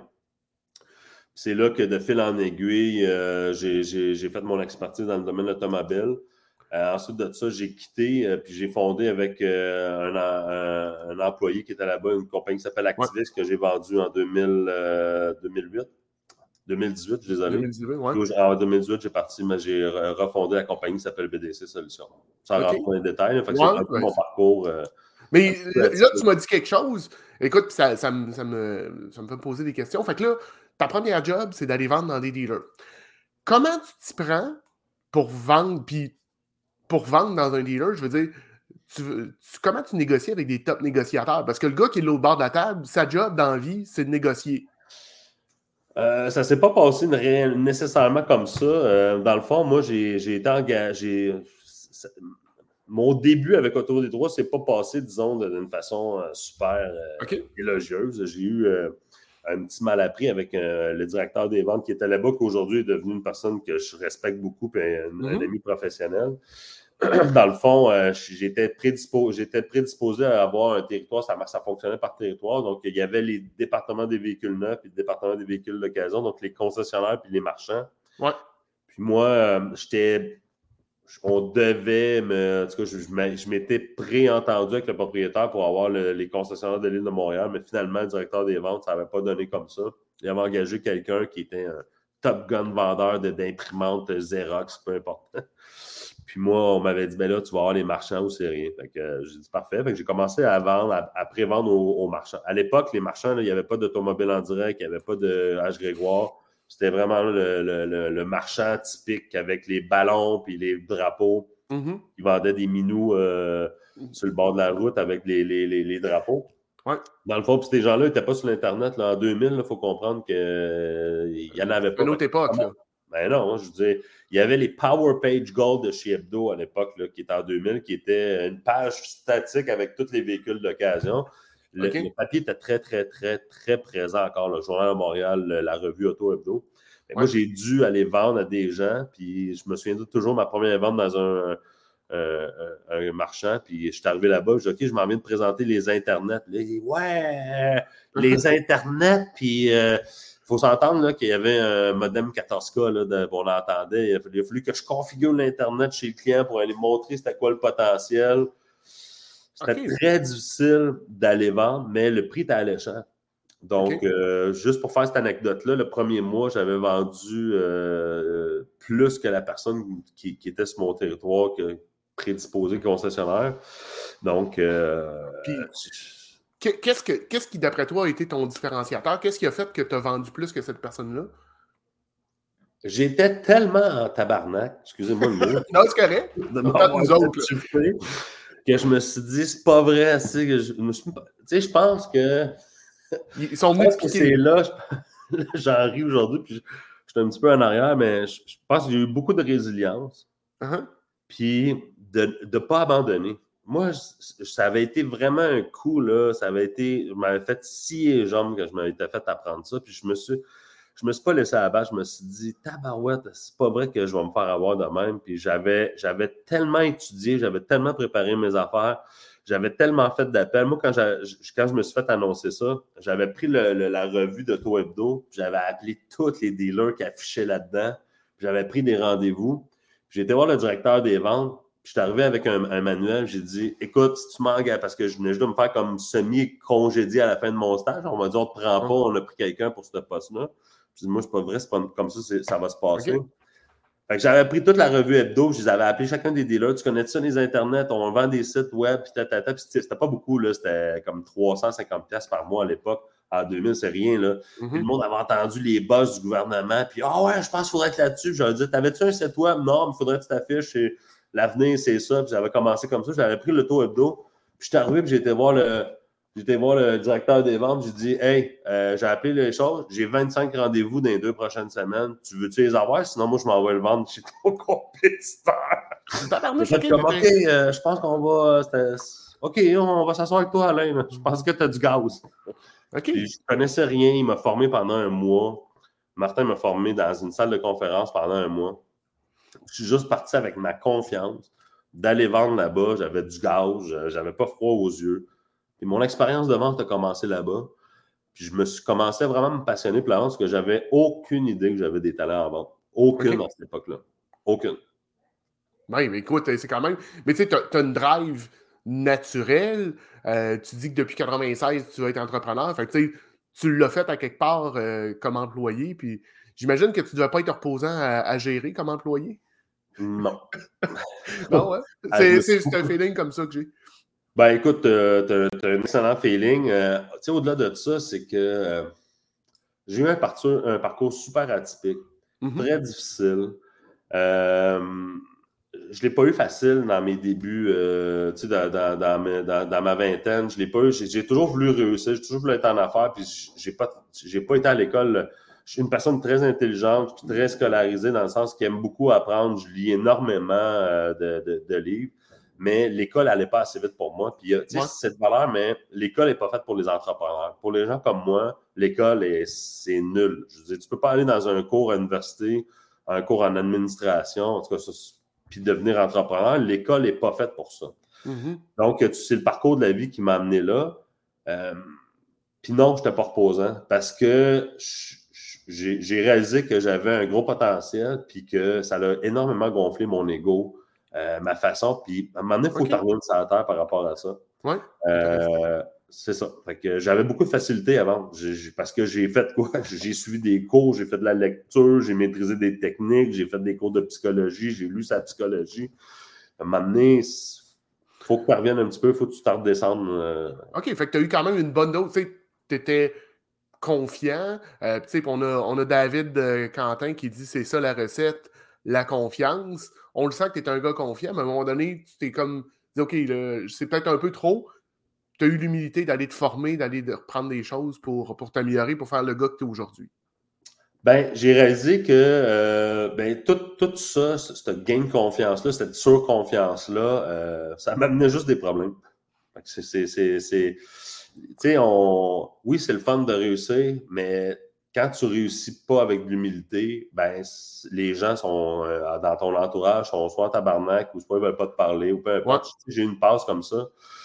C'est là que de fil en aiguille, euh, j'ai, j'ai, j'ai fait mon expertise dans le domaine automobile. Euh, ensuite de ça, j'ai quitté, euh, puis j'ai fondé avec euh, un, un, un employé qui était là-bas, une compagnie qui s'appelle Activist, ouais. que j'ai vendue en deux mille, euh, deux mille huit. deux mille dix-huit, désolé. deux mille dix-huit, ouais. En deux mille dix-huit, j'ai parti, mais j'ai refondé la compagnie qui s'appelle B D C Solutions. Sans okay. rentrer dans les détails, là, fait que ouais, c'est un peu ouais. mon parcours. Euh, mais là, là, tu m'as dit quelque chose. Écoute, ça, ça, me, ça, me, ça me fait me poser des questions. Fait que là, ta première job, c'est d'aller vendre dans des dealers. Comment tu t'y prends pour vendre, puis pour vendre dans un dealer, je veux dire, tu, tu, comment tu négocies avec des top négociateurs? Parce que le gars qui est là au bord de la table, sa job dans la vie, c'est de négocier. Euh, ça ne s'est pas passé une, nécessairement comme ça. Euh, dans le fond, moi, j'ai, j'ai été engagé. Ça, mon début avec Auto un deux trois ne s'est pas passé, disons, d'une façon euh, super euh, okay. élogieuse. J'ai eu euh, un petit mal appris avec euh, le directeur des ventes qui était là-bas, qui aujourd'hui est devenu une personne que je respecte beaucoup et un, mm-hmm. un ami professionnel. Dans le fond, euh, j'étais, prédispo- j'étais prédisposé à avoir un territoire, ça, ça fonctionnait par territoire. Donc, il y avait les départements des véhicules neufs et le département des véhicules d'occasion, donc les concessionnaires puis les marchands. Ouais. Puis moi, euh, j'étais. On devait, me, en tout cas, je, je m'étais pré-entendu avec le propriétaire pour avoir le, les concessionnaires de l'île de Montréal, mais finalement, le directeur des ventes, ça n'avait pas donné comme ça. Il avait engagé quelqu'un qui était un top gun vendeur de, d'imprimantes Xerox, peu importe. Puis moi, on m'avait dit, ben là, tu vas avoir les marchands ou c'est rien. Fait que euh, j'ai dit, parfait. Fait que j'ai commencé à vendre, à, à pré-vendre aux, aux marchands. À l'époque, les marchands, là, il n'y avait pas d'automobile en direct, il n'y avait pas de H. Grégoire. C'était vraiment le, le, le, le marchand typique avec les ballons puis les drapeaux. Mm-hmm. Ils vendaient des minous euh, sur le bord de la route avec les, les, les, les drapeaux. Ouais. Dans le fond, puis ces gens-là n'étaient pas sur l'Internet. Là, en deux mille, il faut comprendre qu'il euh, n'y en avait pas. Une autre époque, là. Ben non, je veux dire, il y avait les Power Page Gold de chez Hebdo à l'époque, là, qui était en deux mille, qui était une page statique avec tous les véhicules d'occasion. Le, okay. le papier était très, très, très, très présent encore. Le Journal de Montréal, la revue Auto Hebdo. Ouais. Moi, j'ai dû aller vendre à des gens, puis je me souviens toujours ma première vente dans un, euh, un marchand, puis je suis arrivé là-bas, je dis, OK, je m'en viens de présenter les Internets. Là, il dit, ouais, les Internets, puis il euh, faut s'entendre là, qu'il y avait un modem quatorze K, là, de, on l'entendait. Il a, fallu, il a fallu que je configure l'Internet chez le client pour aller montrer c'était quoi le potentiel. C'était okay. Très difficile d'aller vendre, mais le prix était alléchant. Donc, okay. euh, juste pour faire cette anecdote-là, le premier mois, j'avais vendu euh, plus que la personne qui, qui était sur mon territoire, que prédisposée concessionnaire. Donc, euh, Puis, qu'est-ce, que, qu'est-ce qui, d'après toi, a été ton différenciateur? Qu'est-ce qui a fait que tu as vendu plus que cette personne-là? J'étais tellement en tabarnak, excusez-moi le mot. Non, c'est correct. De nous autres. Que je me suis dit, c'est pas vrai assez. Que je, je, tu sais, je pense que. Ils sont venus que c'est là, je, j'en ris aujourd'hui, puis je, je suis un petit peu en arrière, mais je, je pense que j'ai eu beaucoup de résilience. Uh-huh. Puis de ne pas abandonner. Moi, je, ça avait été vraiment un coup, là. Ça avait été. Je m'avais fait scier les jambes quand je m'avais fait apprendre ça, puis je me suis. Je me suis pas laissé abattre, je me suis dit, tabarouette, c'est pas vrai que je vais me faire avoir de même. Puis j'avais, j'avais tellement étudié, j'avais tellement préparé mes affaires, j'avais tellement fait d'appels. Moi, quand, quand je me suis fait annoncer ça, j'avais pris le, le, la revue d'Auto Hebdo, j'avais appelé tous les dealers qui affichaient là-dedans, j'avais pris des rendez-vous. J'ai été voir le directeur des ventes, puis je suis arrivé avec un, un manuel, j'ai dit, écoute, si tu m'engages, parce que je venais juste de me faire comme semi-congédié à la fin de mon stage, on m'a dit, on ne te prend pas, on a pris quelqu'un pour ce poste-là. Je dis, moi, c'est pas vrai, c'est pas comme ça, c'est, ça va se passer. Okay. Fait que j'avais pris toute la revue hebdo, je les avais appelés chacun des dealers. Tu connais ça, les internets, on vend des sites web, puis tata, puis c'était pas beaucoup, là, c'était comme trois cent cinquante dollars par mois à l'époque. En deux mille, c'est rien, là. Mm-hmm. Puis le monde avait entendu les boss du gouvernement, puis ah oh, ouais, je pense qu'il faudrait être là-dessus. Puis j'avais dit, t'avais-tu un site web? Non, mais il faudrait que tu t'affiches, et l'avenir, c'est ça. Puis j'avais commencé comme ça, j'avais pris l'auto hebdo, puis je suis arrivé, puis j'ai été voir le. J'ai été voir le directeur des ventes, j'ai dit « Hey, euh, j'ai appelé les choses, j'ai vingt-cinq rendez-vous dans les deux prochaines semaines. Tu veux-tu les avoir? Sinon, moi, je m'en vais le vendre chez ton compétiteur. » J'ai comme « OK, euh, je pense qu'on va... Euh, OK, on va s'asseoir avec toi, Alain. Je pense que tu as du gaz. Okay. » Puis, je ne connaissais rien. Il m'a formé pendant un mois. Martin m'a formé dans une salle de conférence pendant un mois. Je suis juste parti avec ma confiance d'aller vendre là-bas. J'avais du gaz, j'avais pas froid aux yeux. Et mon expérience de vente a commencé là-bas. Puis je me suis commencé à vraiment me passionner pour la vente parce que j'avais aucune idée que j'avais des talents en vente. Aucune okay. à cette époque-là. Aucune. Oui, mais écoute, c'est quand même... Mais tu sais, tu as une drive naturelle. Euh, tu dis que depuis quatre-vingt-seize, tu vas être entrepreneur. Fait que tu sais, tu l'as fait à quelque part euh, comme employé. Puis j'imagine que tu ne devais pas être reposant à, à gérer comme employé. Non. Non, ouais. C'est, c'est, c'est un feeling comme ça que j'ai. Ben écoute, euh, tu as un excellent feeling. Euh, tu sais, au-delà de ça, c'est que euh, j'ai eu un parcours, un parcours super atypique, mm-hmm. très difficile. Euh, je ne l'ai pas eu facile dans mes débuts, euh, tu sais, dans, dans, dans, mes, dans, dans ma vingtaine. Je l'ai pas eu. J'ai, j'ai toujours voulu réussir, j'ai toujours voulu être en affaires, puis j'ai pas, j'ai pas été à l'école. Je suis une personne très intelligente, très scolarisée, dans le sens qui aime beaucoup apprendre. Je lis énormément euh, de, de, de livres. Mais l'école n'allait pas assez vite pour moi. Puis, tu sais, ouais. c'est cette valeur, mais l'école n'est pas faite pour les entrepreneurs. Pour les gens comme moi, l'école, est, c'est nul. Je veux dire, tu ne peux pas aller dans un cours à l'université, un cours en administration, en tout cas, ça, puis devenir entrepreneur. L'école n'est pas faite pour ça. Mm-hmm. Donc, c'est le parcours de la vie qui m'a amené là. Euh, puis non, je n'étais pas reposant parce que je, j'ai, j'ai réalisé que j'avais un gros potentiel puis que ça a énormément gonflé mon ego. Euh, ma façon, puis à un moment donné, il faut okay. t'arriver sur la terre par rapport à ça. Oui. Euh, c'est ça. Fait que j'avais beaucoup de facilité avant, j'ai, j'ai, parce que j'ai fait quoi? J'ai suivi des cours, j'ai fait de la lecture, j'ai maîtrisé des techniques, j'ai fait des cours de psychologie, j'ai lu sa psychologie. À un moment donné, il faut que tu reviennes un petit peu, il faut que tu t'en redescendes. Euh... OK, fait que tu as eu quand même une bonne dose. Tu sais, tu étais confiant. Euh, tu sais, on a, on a David euh, Quentin qui dit c'est ça la recette, la confiance. On le sent que tu es un gars confiant, mais à un moment donné, tu t'es comme dit, OK, là, c'est peut-être un peu trop. Tu as eu l'humilité d'aller te former, d'aller de reprendre des choses pour, pour t'améliorer, pour faire le gars que tu es aujourd'hui. Ben, j'ai réalisé que euh, ben, tout, tout ça, cette gain de confiance-là, cette surconfiance-là, euh, ça m'amenait juste des problèmes. C'est, c'est, c'est, c'est, tu sais, on, oui, c'est le fun de réussir, mais quand tu ne réussis pas avec de l'humilité, ben, les gens sont euh, dans ton entourage, sont soit en tabarnak ou soit ils ne veulent pas te parler, ou peu importe. Ouais. J'ai une passe comme ça.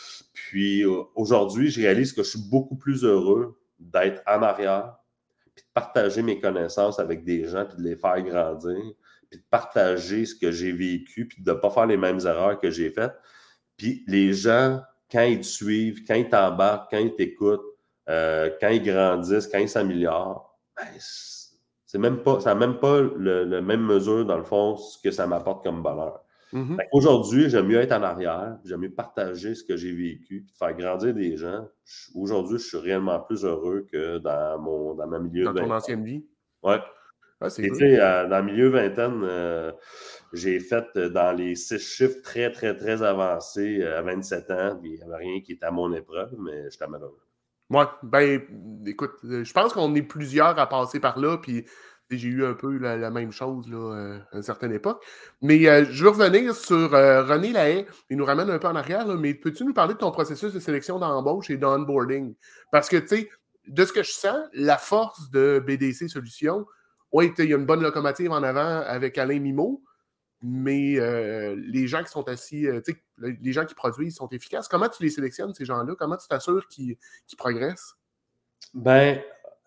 Puis euh, aujourd'hui, je réalise que je suis beaucoup plus heureux d'être en arrière, puis de partager mes connaissances avec des gens, puis de les faire grandir, puis de partager ce que j'ai vécu, puis de ne pas faire les mêmes erreurs que j'ai faites. Puis les gens, quand ils te suivent, quand ils t'embarquent, quand ils t'écoutent, euh, quand ils grandissent, quand ils s'améliorent, ben, c'est même pas, ça n'a même pas le, le même mesure, dans le fond, ce que ça m'apporte comme bonheur. Mm-hmm. Aujourd'hui, j'aime mieux être en arrière, j'aime mieux partager ce que j'ai vécu, puis faire grandir des gens. Aujourd'hui, je suis réellement plus heureux que dans mon dans ma milieu dans de ton ancienne vie. Ouais. Ah, c'est Et cool. tu sais, euh, dans le milieu vingtaine, euh, j'ai fait euh, dans les six chiffres très, très, très avancés euh, à vingt-sept ans. Puis il n'y avait rien qui était à mon épreuve, mais j'étais malheureux. Ouais, ben, écoute, je pense qu'on est plusieurs à passer par là, puis j'ai eu un peu la, la même chose là, euh, à une certaine époque. Mais euh, je veux revenir sur euh, René Lahaye. Il nous ramène un peu en arrière, là, mais peux-tu nous parler de ton processus de sélection d'embauche et d'onboarding? Parce que, tu sais, de ce que je sens, la force de B D C Solutions, oui, il y a une bonne locomotive en avant avec Alain Mimeau, mais euh, les gens qui sont assis, euh, tu sais, les gens qui produisent sont efficaces. Comment tu les sélectionnes, ces gens-là? Comment tu t'assures qu'ils, qu'ils progressent? Ben,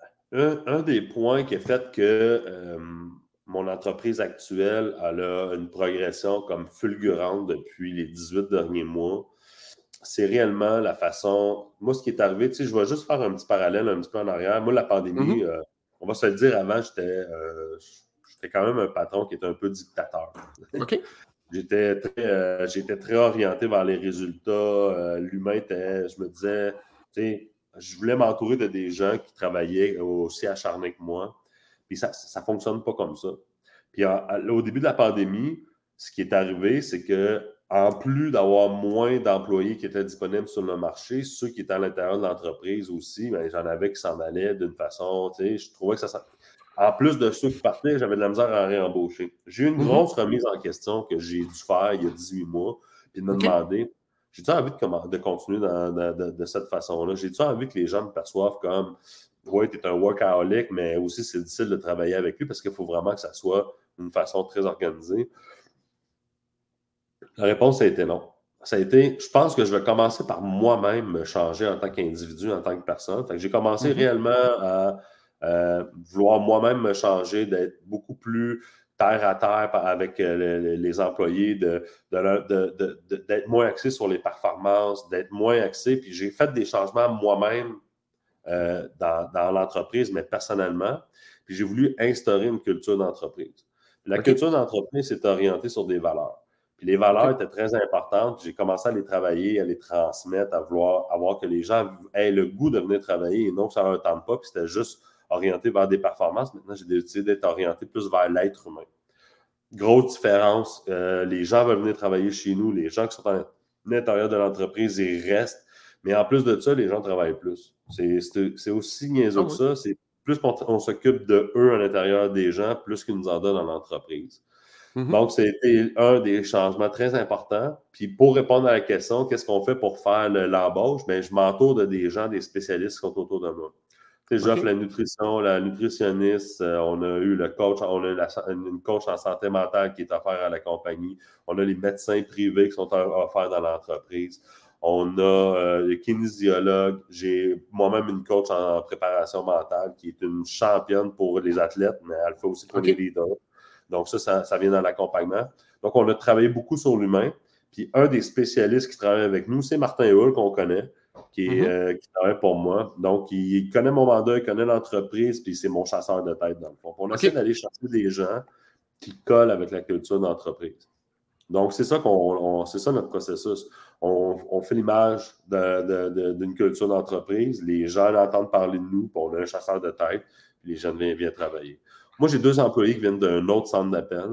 un, un des points qui a fait que euh, mon entreprise actuelle elle a une progression comme fulgurante depuis les dix-huit derniers mois, c'est réellement la façon... Moi, ce qui est arrivé, tu sais, je vais juste faire un petit parallèle un petit peu en arrière. Moi, la pandémie, mm-hmm. euh, on va se le dire, avant, j'étais... Euh, J'étais quand même un patron qui était un peu dictateur. OK. J'étais très, euh, j'étais très orienté vers les résultats. Euh, l'humain était, je me disais, tu sais, je voulais m'entourer de des gens qui travaillaient aussi acharnés que moi. Puis ça ne fonctionne pas comme ça. Puis en, au début de la pandémie, ce qui est arrivé, c'est que en plus d'avoir moins d'employés qui étaient disponibles sur le marché, ceux qui étaient à l'intérieur de l'entreprise aussi, ben, j'en avais qui s'en allaient d'une façon, tu sais, je trouvais que ça... En plus de ceux qui partaient, j'avais de la misère à réembaucher. J'ai eu une mm-hmm. grosse remise en question que j'ai dû faire il y a dix-huit mois, puis de me okay. demander, j'ai-tu envie de, de continuer dans, de, de, de cette façon-là? J'ai-tu envie que les gens me perçoivent comme, ouais, tu es un workaholic, mais aussi c'est difficile de travailler avec lui parce qu'il faut vraiment que ça soit d'une façon très organisée? La réponse a été non. Ça a été, je pense que je vais commencer par moi-même me changer en tant qu'individu, en tant que personne. Fait que j'ai commencé mm-hmm. réellement à Euh, vouloir moi-même me changer, d'être beaucoup plus terre à terre avec euh, les, les employés, de, de, de, de, de, d'être moins axé sur les performances, d'être moins axé. Puis j'ai fait des changements moi-même euh, dans, dans l'entreprise, mais personnellement. Puis j'ai voulu instaurer une culture d'entreprise. Puis la okay. culture d'entreprise est orientée sur des valeurs. Puis les valeurs okay. étaient très importantes. J'ai commencé à les travailler, à les transmettre, à vouloir avoir que les gens aient le goût de venir travailler et non que ça ne leur tente pas. Puis c'était juste orienté vers des performances. Maintenant, j'ai décidé d'être orienté plus vers l'être humain. Grosse différence. Euh, les gens veulent venir travailler chez nous. Les gens qui sont à l'intérieur de l'entreprise, ils restent. Mais en plus de ça, les gens travaillent plus. C'est, c'est, c'est aussi niaiseux que ça. C'est plus qu'on on s'occupe de eux à l'intérieur des gens, plus qu'ils nous en donnent dans l'entreprise. Mm-hmm. Donc, c'était un des changements très importants. Puis, pour répondre à la question, qu'est-ce qu'on fait pour faire le, l'embauche? Bien, je m'entoure de des gens, des spécialistes qui sont autour de moi. J'offre okay. la nutrition, la nutritionniste, euh, on a eu le coach, on a la, une coach en santé mentale qui est offerte à la compagnie, on a les médecins privés qui sont offerts dans l'entreprise, on a euh, les kinésiologues, j'ai moi-même une coach en préparation mentale qui est une championne pour les athlètes, mais elle le fait aussi pour okay. les leaders. Donc ça, ça, ça vient dans l'accompagnement. Donc on a travaillé beaucoup sur l'humain. Puis un des spécialistes qui travaille avec nous, c'est Martin Hull qu'on connaît. Qui, est, mm-hmm. euh, qui travaille pour moi. Donc, il, il connaît mon mandat, il connaît l'entreprise, puis c'est mon chasseur de tête dans le fond. On okay. essaie d'aller chercher des gens qui collent avec la culture d'entreprise. Donc, c'est ça, qu'on, on, c'est ça notre processus. On, on fait l'image de, de, de, d'une culture d'entreprise, les gens entendent parler de nous, puis on a un chasseur de tête, puis les gens viennent, viennent travailler. Moi, j'ai deux employés qui viennent d'un autre centre d'appel.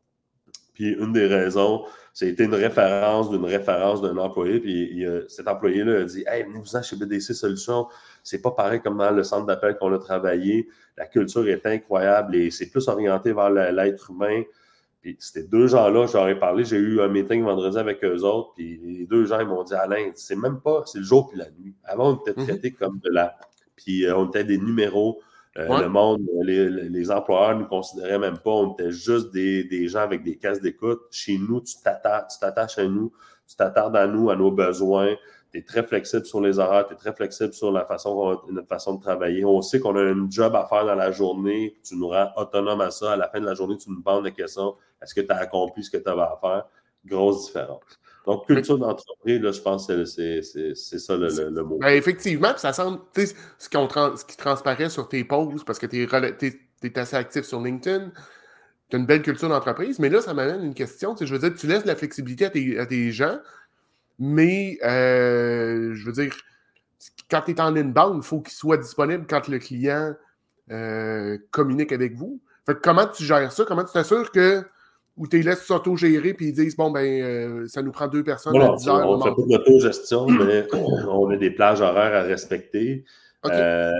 Puis une des raisons, c'était une référence d'une référence d'un employé. Puis il, euh, cet employé-là a dit « Hey, venez-vous-en chez B D C Solutions. C'est pas pareil comme dans le centre d'appel qu'on a travaillé. La culture est incroyable et c'est plus orienté vers le, l'être humain. » Puis c'était deux gens-là, je leur ai parlé. J'ai eu un meeting vendredi avec eux autres. Puis les deux gens, ils m'ont dit « Alain, c'est même pas, c'est le jour puis la nuit. Avant, on était traités mm-hmm. comme de la... Puis euh, on était des numéros Euh, Ouais. Le monde, les, les employeurs ne nous considéraient même pas. On était juste des, des gens avec des casques d'écoute. Chez nous, tu t'attaches, tu t'attaches à nous, tu t'attardes à nous, à nos besoins. Tu es très flexible sur les horaires, tu es très flexible sur la façon, notre façon de travailler. On sait qu'on a un job à faire dans la journée. Tu nous rends autonome à ça. À la fin de la journée, tu nous demandes la question, est-ce que tu as accompli ce que tu avais à faire? Grosse différence. Donc, culture Mais, d'entreprise, là, je pense que c'est, c'est, c'est ça le, le, le mot. ben effectivement, puis ça semble, tu sais, ce, qu'on trans- ce qui transparaît sur tes posts, parce que tu es, assez actif sur LinkedIn, tu as une belle culture d'entreprise, mais là, ça m'amène une question. Tu sais, je veux dire, tu laisses de la flexibilité à tes, à tes gens, mais euh, je veux dire, quand tu es en inbound, il faut qu'il soit disponible quand le client euh, communique avec vous. Fait que comment tu gères ça? Comment tu t'assures que ou tu les laisses s'auto-gérer puis ils disent bon ben euh, ça nous prend deux personnes à Voilà, dix heures le on ne fait pas mardi. de l'autogestion, mais on a des plages horaires à respecter. OK. Euh,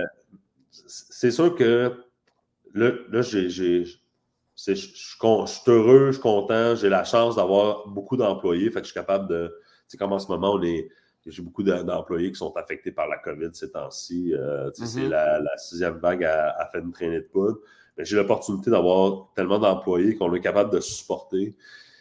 c'est sûr que là, là j'ai, j'ai, c'est, je, je, je suis heureux, je suis content, j'ai la chance d'avoir beaucoup d'employés. Fait que je suis capable de. Tu sais, comme en ce moment, on est. J'ai beaucoup d'employés qui sont affectés par la COVID ces temps-ci. Euh, tu sais, Mm-hmm. C'est la, la sixième vague a, a fait une traînée de poudre. Mais j'ai l'opportunité d'avoir tellement d'employés qu'on est capable de supporter.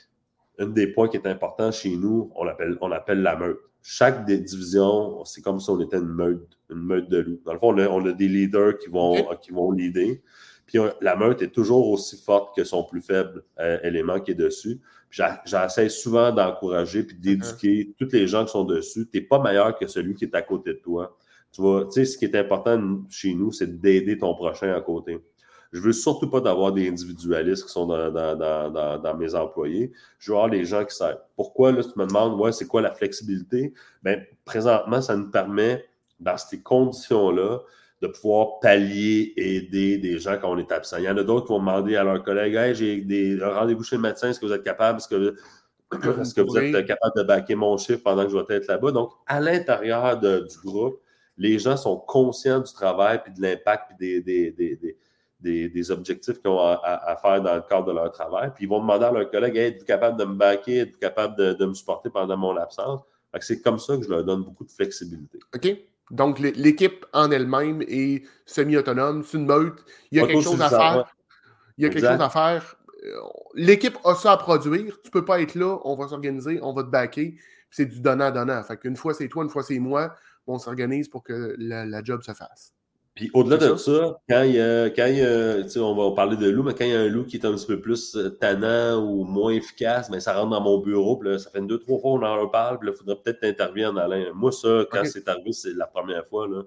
Un des points qui est important chez nous, on l'appelle, on appelle la meute. Chaque des divisions, c'est comme si on était une meute, une meute de loups. Dans le fond, on a, on a des leaders qui vont, Okay. qui vont leader. Puis la meute est toujours aussi forte que son plus faible euh, élément qui est dessus. J'essaie souvent d'encourager puis d'éduquer uh-huh. tous les gens qui sont dessus. Tu n'es pas meilleur que celui qui est à côté de toi. Tu vois, tu sais, ce qui est important chez nous, c'est d'aider ton prochain à côté. Je veux surtout pas d'avoir des individualistes qui sont dans, dans, dans, dans, dans mes employés. Je veux avoir les gens qui savent. Pourquoi, là, tu me demandes, ouais, c'est quoi la flexibilité? Bien, présentement, ça nous permet, dans ces conditions-là, de pouvoir pallier, aider des gens quand on est absent. Il y en a d'autres qui vont demander à leurs collègues, hey, j'ai des rendez-vous chez le médecin, est-ce que vous êtes capable? Est-ce que, est-ce que vous êtes capable de backer mon chiffre pendant que je vais être là-bas? Donc, à l'intérieur de, du groupe, les gens sont conscients du travail puis de l'impact puis des, des, des, des Des, des objectifs qu'ils ont à, à, à faire dans le cadre de leur travail. Puis ils vont demander à leurs collègues, hey, êtes-vous capable de me backer, êtes-vous capable de, de me supporter pendant mon absence? Fait que c'est comme ça que je leur donne beaucoup de flexibilité. OK. Donc, l'équipe en elle-même est semi-autonome, c'est une meute. Il y a quelque chose à faire. Il y a exact. quelque chose à faire. L'équipe a ça à produire. Tu ne peux pas être là, on va s'organiser, on va te backer. C'est du donnant-donnant. Fait qu'une fois c'est toi, une fois c'est moi, on s'organise pour que la, la job se fasse. Puis au-delà de ça, ça, quand il y a, quand il y a, tu sais, on va parler de loup, mais quand il y a un loup qui est un petit peu plus tannant ou moins efficace, bien, ça rentre dans mon bureau, puis là, ça fait une, deux, trois fois qu'on en reparle, puis là, il faudrait peut-être t'intervenir, Alain. Moi, ça, quand okay. c'est arrivé, c'est la première fois, là,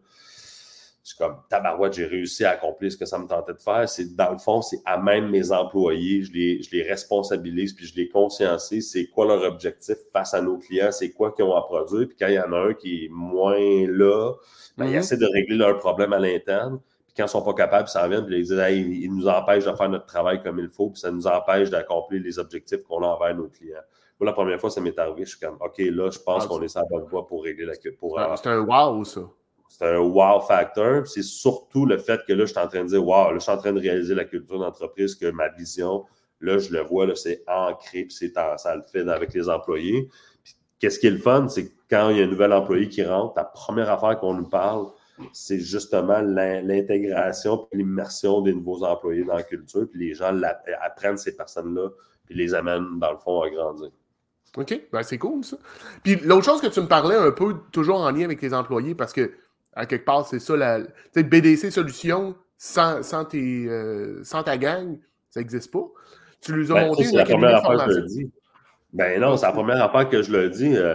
je suis comme, tabarouette, j'ai réussi à accomplir ce que ça me tentait de faire. C'est, dans le fond, c'est à même mes employés, je les, je les responsabilise, puis je les conscientise, c'est quoi leur objectif face à nos clients, c'est quoi qu'ils ont à produire, puis quand il y en a un qui est moins là, ben, mm-hmm. ils essaient de régler leurs problèmes à l'interne, puis quand ils ne sont pas capables, ils s'en viennent, puis ils disent, hey, ils nous empêchent de faire notre travail comme il faut, puis ça nous empêche d'accomplir les objectifs qu'on a envers nos clients. Moi, la première fois, ça m'est arrivé, je suis comme, OK, là, je pense ah, qu'on est sur la bonne voie pour régler la... Pour, ah, c'est un wow, ça. C'est un wow factor. C'est surtout le fait que là, je suis en train de dire, wow, là, je suis en train de réaliser la culture d'entreprise, que ma vision, là, je le vois, là, c'est ancré, puis c'est en, ça le fait avec les employés. Puis, qu'est-ce qui est le fun, c'est que quand il y a un nouvel employé qui rentre, la première affaire qu'on nous parle, c'est justement l'intégration puis l'immersion des nouveaux employés dans la culture, puis les gens apprennent ces personnes-là, puis les amènent, dans le fond, à grandir. OK, ben c'est cool, ça. Puis l'autre chose que tu me parlais un peu, toujours en lien avec les employés, parce que à quelque part, c'est ça, la, tu sais, B D C Solutions, sans, sans, tes, euh, sans ta gang, ça n'existe pas. Tu lui as ben, monté ça, une académie de formation. Que je le dis. Ben non, c'est la première affaire que je le dis. Euh,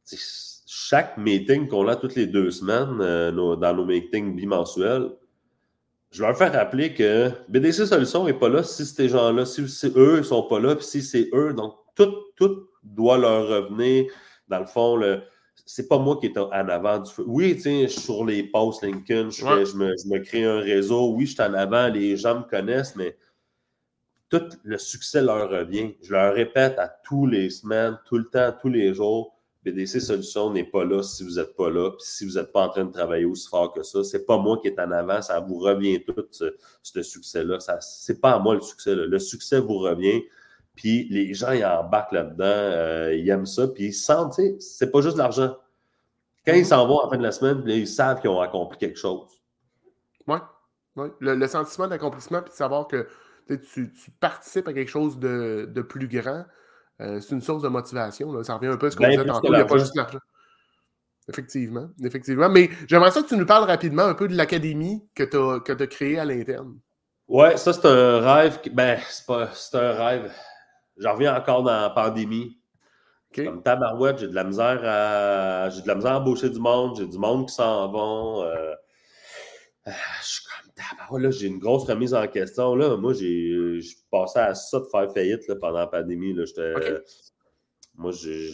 chaque meeting qu'on a toutes les deux semaines, euh, nos, dans nos meetings bimensuels, je leur fais rappeler que B D C Solutions n'est pas là si ces gens-là, si, si eux ne sont pas là, puis si c'est eux, donc tout, tout doit leur revenir. Dans le fond, le, c'est pas moi qui est en avant du feu. Oui, tu sais, je suis sur les posts LinkedIn, je, fais, ouais. je, me, je me crée un réseau. Oui, je suis en avant, les gens me connaissent, mais tout le succès leur revient. Je leur répète à tous les semaines, tout le temps, tous les jours, B D C Solutions n'est pas là si vous n'êtes pas là, puis si vous n'êtes pas en train de travailler aussi fort que ça. C'est pas moi qui est en avant, ça vous revient tout, ce, ce succès-là. Ça, c'est pas à moi le succès. Là. Le succès vous revient. Puis les gens, ils embarquent là-dedans, euh, ils aiment ça, puis ils sentent, tu sais, c'est pas juste de l'argent. Quand mm-hmm. ils s'en vont à la fin de la semaine, ils savent qu'ils ont accompli quelque chose. Oui, Oui, le, le sentiment d'accomplissement, puis de savoir que tu, tu participes à quelque chose de, de plus grand, euh, c'est une source de motivation. Là. Ça revient un peu à ce qu'on Bien disait plus que tantôt, il n'y a pas l'argent. juste l'argent. Effectivement, effectivement. Mais j'aimerais ça que tu nous parles rapidement un peu de l'académie que tu as que tu as créée à l'interne. Ouais, ça, c'est un rêve. Qui, ben, c'est pas. C'est un rêve. J'en reviens encore dans la pandémie. OK? Comme tabarouette, j'ai de la misère à. J'ai de la misère à embaucher du monde, j'ai du monde qui s'en vont. Euh... Je suis comme tabarouette, là, j'ai une grosse remise en question. Là. Moi, j'ai je passais à ça de faire faillite là, pendant la pandémie. Là. OK? Moi, j'ai.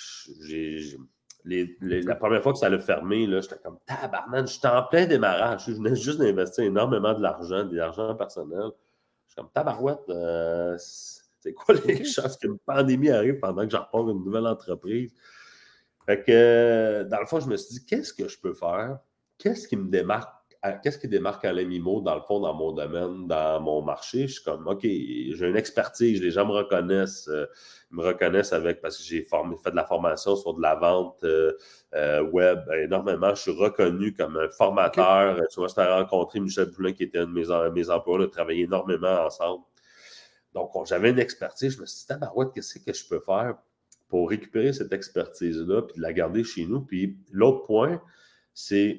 j'ai Les, les, la première fois que ça l'a fermé, là, j'étais comme tabarnak, j'étais en plein démarrage. Je venais juste d'investir énormément de l'argent, de l'argent personnel. Je suis comme tabarouette. Euh, c'est quoi les okay. chances qu'une pandémie arrive pendant que je repars une nouvelle entreprise? Fait que, dans le fond, je me suis dit, qu'est-ce que je peux faire? Qu'est-ce qui me démarque? Qu'est-ce qui démarque Alain Mimaud, dans le fond, dans mon domaine, dans mon marché? Je suis comme, OK, j'ai une expertise, les gens me reconnaissent, euh, ils me reconnaissent avec, parce que j'ai formé, fait de la formation sur de la vente euh, euh, web énormément. Je suis reconnu comme un formateur. Okay. Tu vois, je t'ai rencontré Michel Poulin, qui était un de mes, mes employés. On a travaillé énormément ensemble. Donc, j'avais une expertise. Je me suis dit, tabarouette, qu'est-ce que je peux faire pour récupérer cette expertise-là puis de la garder chez nous? Puis l'autre point, c'est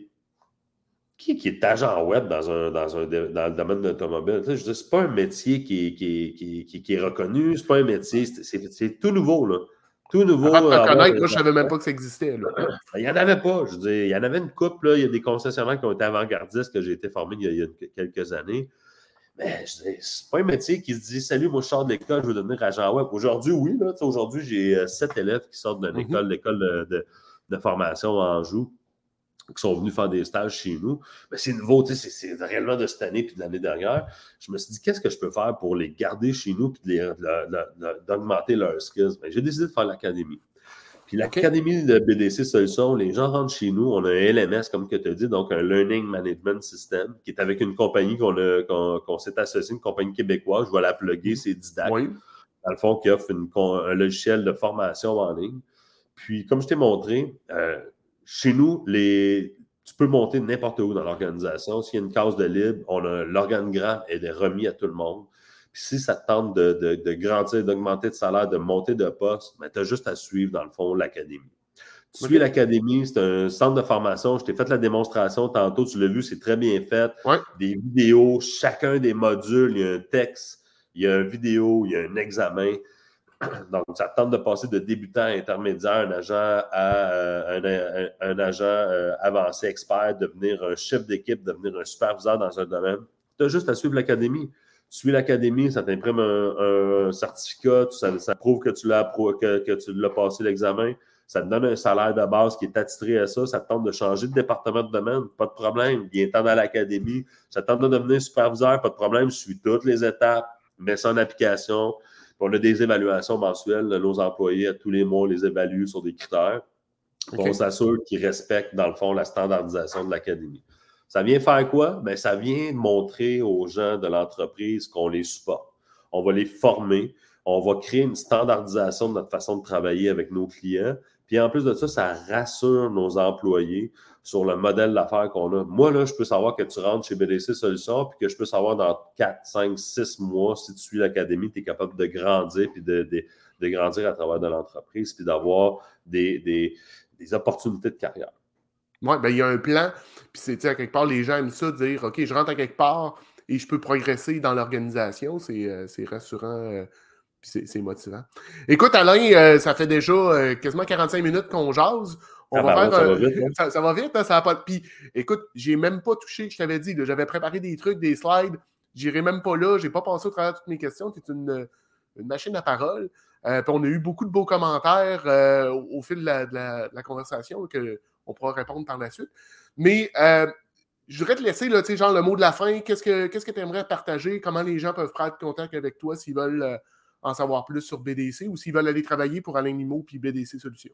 qui, qui est agent web dans, un, dans, un, dans le domaine de l'automobile? Tu sais, je veux dire, c'est pas un métier qui est, qui est, qui est, qui est, qui est reconnu, c'est pas un métier, c'est, c'est, c'est tout nouveau, là. Tout nouveau. Avant de te connaître, moi, je savais même pas que ça existait, là. Il n'y en avait pas, je veux dire, il y en avait une couple, là, il y a des concessionnaires qui ont été avant-gardistes que j'ai été formé il y a, il y a quelques années. Mais je dis, c'est pas un métier qui se dit « Salut, moi je sors de l'école, je veux devenir agent web ». Aujourd'hui, oui. Là, aujourd'hui, j'ai sept élèves qui sortent d'une école, mm-hmm. l'école de, de, de formation en Anjou, qui sont venus faire des stages chez nous. Mais c'est nouveau, c'est, c'est réellement de cette année puis de l'année dernière. Je me suis dit, qu'est-ce que je peux faire pour les garder chez nous et de les, de, de, de, d'augmenter leurs skills? Bien, j'ai décidé de faire l'académie. Puis l'académie okay. de B D C Solutions, les gens rentrent chez nous, on a un L M S, comme que tu as dit, donc un Learning Management System, qui est avec une compagnie qu'on, a, qu'on, qu'on s'est associé, une compagnie québécoise, je vais la plugger, c'est Didact, oui. Dans le fond, qui offre une, un logiciel de formation en ligne. Puis, comme je t'ai montré, euh, chez nous, les, tu peux monter n'importe où dans l'organisation. S'il y a une case de libre, on a, l'organigramme est remis à tout le monde. Puis si ça te tente de, de, de grandir, d'augmenter de salaire, de monter de poste, ben, tu as juste à suivre, dans le fond, l'académie. Tu okay. suis l'académie, c'est un centre de formation. Je t'ai fait la démonstration tantôt, tu l'as vu, c'est très bien fait. Ouais. Des vidéos, chacun des modules, il y a un texte, il y a une vidéo, il y a un examen. Donc, ça tente de passer de débutant à intermédiaire, un agent à euh, un, un, un agent euh, avancé, expert, devenir un chef d'équipe, devenir un superviseur dans un domaine. Tu as juste à suivre l'académie. Tu suis l'académie, ça t'imprime un, un certificat, ça, ça prouve que tu, l'as, que, que tu l'as passé l'examen, ça te donne un salaire de base qui est attitré à ça, ça te tente de changer de département de domaine, pas de problème, viens-t'en dans l'académie, ça te tente de devenir superviseur, pas de problème, suis toutes les étapes, mets ça en application. On a des évaluations mensuelles de nos employés à tous les mois, on les évalue sur des critères. Okay. On s'assure qu'ils respectent, dans le fond, la standardisation de l'académie. Ça vient faire quoi? Bien, ça vient montrer aux gens de l'entreprise qu'on les supporte. On va les former, on va créer une standardisation de notre façon de travailler avec nos clients. Puis en plus de ça, ça rassure nos employés sur le modèle d'affaires qu'on a. Moi, là, je peux savoir que tu rentres chez B D C Solutions puis que je peux savoir dans quatre, cinq, six mois, si tu suis l'académie, tu es capable de grandir puis de, de, de grandir à travers de l'entreprise puis d'avoir des, des, des opportunités de carrière. Oui, bien, il y a un plan. Puis c'est, tu sais, à quelque part, les gens aiment ça, dire, OK, je rentre à quelque part et je peux progresser dans l'organisation. C'est, euh, c'est rassurant. Euh, puis c'est, c'est motivant. Écoute, Alain, euh, ça fait déjà euh, quasiment quarante-cinq minutes qu'on jase. On ah va ben faire. Ouais, ça, euh, va vite, hein? ça, ça va vite, hein, ça va pas. Puis écoute, j'ai même pas touché, je t'avais dit, là, j'avais préparé des trucs, des slides. J'irai même pas là. J'ai pas passé au travers de toutes mes questions. Tu es une, une machine à parole. Euh, puis on a eu beaucoup de beaux commentaires euh, au, au fil de la, de la, de la conversation que on pourra répondre par la suite. Mais euh, je voudrais te laisser, là, genre le mot de la fin. Qu'est-ce que qu'est-ce que tu aimerais partager? Comment les gens peuvent prendre contact avec toi s'ils veulent euh, en savoir plus sur B D C ou s'ils veulent aller travailler pour Alain Mimaud puis B D C Solutions?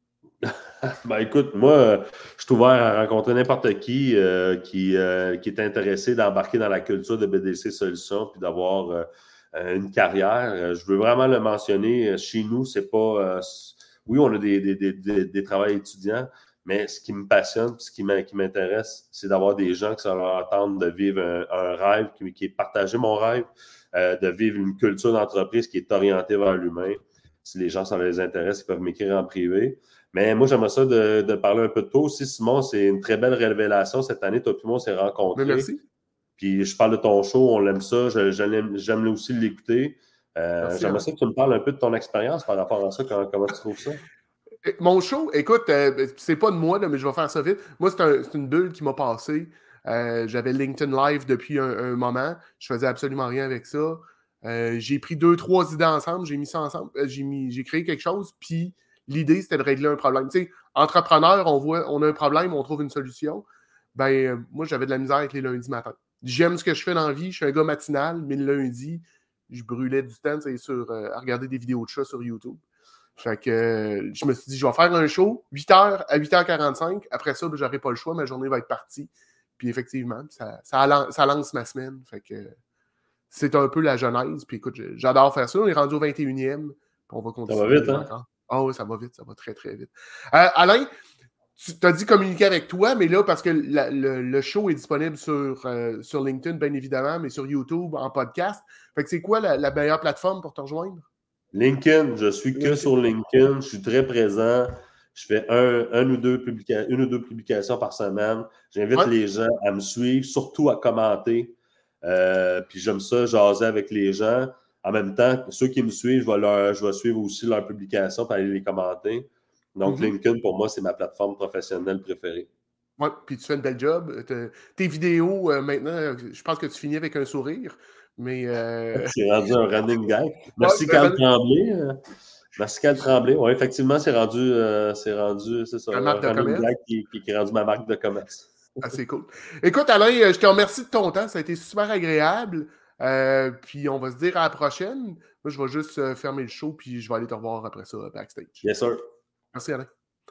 Ben écoute, moi, je suis ouvert à rencontrer n'importe qui euh, qui, euh, qui est intéressé d'embarquer dans la culture de B D C Solutions puis d'avoir euh, une carrière. Je veux vraiment le mentionner. Chez nous, c'est pas... Euh, oui, on a des, des, des, des, des travails étudiants, Mais ce qui me passionne, ce qui m'intéresse, c'est d'avoir des gens qui sont leur tente de vivre un, un rêve, qui, qui est partager mon rêve, euh, de vivre une culture d'entreprise qui est orientée vers l'humain. Si les gens, ça les intéresse, ils peuvent m'écrire en privé. Mais moi, j'aimerais ça de, de parler un peu de toi aussi, Simon. C'est une très belle révélation cette année. Toi et moi, on s'est rencontrés. Mais merci. Puis je parle de ton show, on l'aime ça. Je, je l'aime, j'aime aussi l'écouter. Euh, j'aimerais ça que tu me parles un peu de ton expérience par rapport à ça. Comment, comment tu trouves ça? Mon show, écoute, euh, c'est pas de moi, là, mais je vais faire ça vite. Moi, c'est, un, c'est une bulle qui m'a passé. Euh, j'avais LinkedIn Live depuis un, un moment. Je faisais absolument rien avec ça. Euh, j'ai pris deux, trois idées ensemble, j'ai mis ça ensemble, euh, j'ai, mis, j'ai créé quelque chose, puis l'idée, c'était de régler un problème. Tu sais, entrepreneur, on voit, on a un problème, on trouve une solution. Ben, euh, moi, j'avais de la misère avec les lundis matins. J'aime ce que je fais dans la vie, je suis un gars matinal, mais le lundi, je brûlais du temps, c'est sur, euh, à regarder des vidéos de chats sur YouTube. Fait que euh, je me suis dit, je vais faire un show, huit heures à huit heures quarante-cinq. Après ça, ben, j'aurai pas le choix, ma journée va être partie. Puis effectivement, ça, ça, lance, ça lance ma semaine. Fait que c'est un peu la genèse. Puis écoute, j'adore faire ça. On est rendu au vingt et unième. Puis on va continuer. Ça va vite, hein? Encore. Ah oh, oui, ça va vite. Ça va très, très vite. Euh, Alain, tu as dit communiquer avec toi, mais là, parce que la, le, le show est disponible sur, euh, sur LinkedIn, bien évidemment, mais sur YouTube, en podcast. Fait que c'est quoi la, la meilleure plateforme pour te rejoindre? LinkedIn, je suis que LinkedIn. Sur LinkedIn, je suis très présent. Je fais un, un ou deux publica- une ou deux publications par semaine. J'invite ouais. les gens à me suivre, surtout à commenter. Euh, puis j'aime ça, jaser avec les gens. En même temps, ceux qui me suivent, je vais, leur, je vais suivre aussi leurs publications pour aller les commenter. Donc, mm-hmm. LinkedIn, pour moi, c'est ma plateforme professionnelle préférée. Oui, puis tu fais une belle job. Tes vidéos, euh, maintenant, je pense que tu finis avec un sourire. Mais euh... c'est rendu un running gag. Merci, ouais, Carl ben... Tremblay. Euh... Merci, Carl Tremblay. Oui, effectivement, c'est rendu, euh, c'est rendu, c'est ça, un running gag qui, qui, qui est rendu ma marque de commerce. Ah, c'est cool. Écoute, Alain, je te remercie de ton temps. Ça a été super agréable. Euh, puis on va se dire à la prochaine. Moi, je vais juste euh, fermer le show, puis je vais aller te revoir après ça backstage. Yes, sir. Merci, Alain.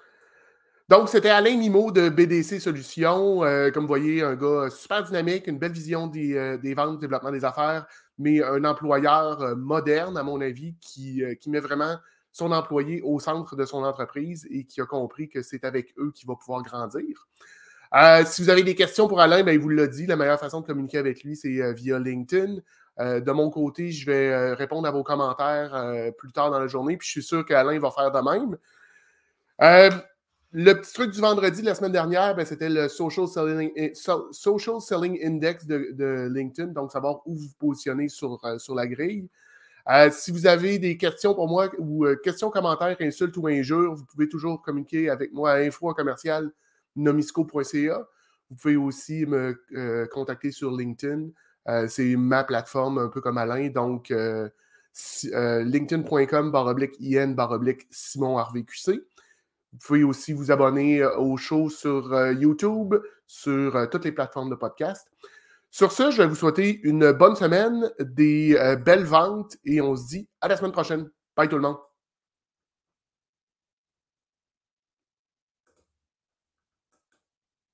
Donc, c'était Alain Nimmo de B D C Solutions. Euh, comme vous voyez, un gars super dynamique, une belle vision des, euh, des ventes, développement des affaires, mais un employeur euh, moderne, à mon avis, qui, euh, qui met vraiment son employé au centre de son entreprise et qui a compris que c'est avec eux qu'il va pouvoir grandir. Euh, si vous avez des questions pour Alain, ben, il vous l'a dit, la meilleure façon de communiquer avec lui, c'est euh, via LinkedIn. Euh, de mon côté, je vais euh, répondre à vos commentaires euh, plus tard dans la journée, puis je suis sûr qu'Alain va faire de même. Euh, Le petit truc du vendredi, la semaine dernière, ben, c'était le Social Selling, so, Social Selling Index de, de LinkedIn, donc savoir où vous vous positionnez sur, euh, sur la grille. Euh, si vous avez des questions pour moi, ou euh, questions, commentaires, insultes ou injures, vous pouvez toujours communiquer avec moi à info commercial nomisco point c a. Vous pouvez aussi me euh, contacter sur LinkedIn. Euh, c'est ma plateforme, un peu comme Alain, donc euh, si, euh, linkedin point com barre oblique in barre oblique Simon Harvey Q C. Vous pouvez aussi vous abonner au show sur euh, YouTube, sur euh, toutes les plateformes de podcast. Sur ce, je vais vous souhaiter une bonne semaine, des euh, belles ventes et on se dit à la semaine prochaine. Bye tout le monde!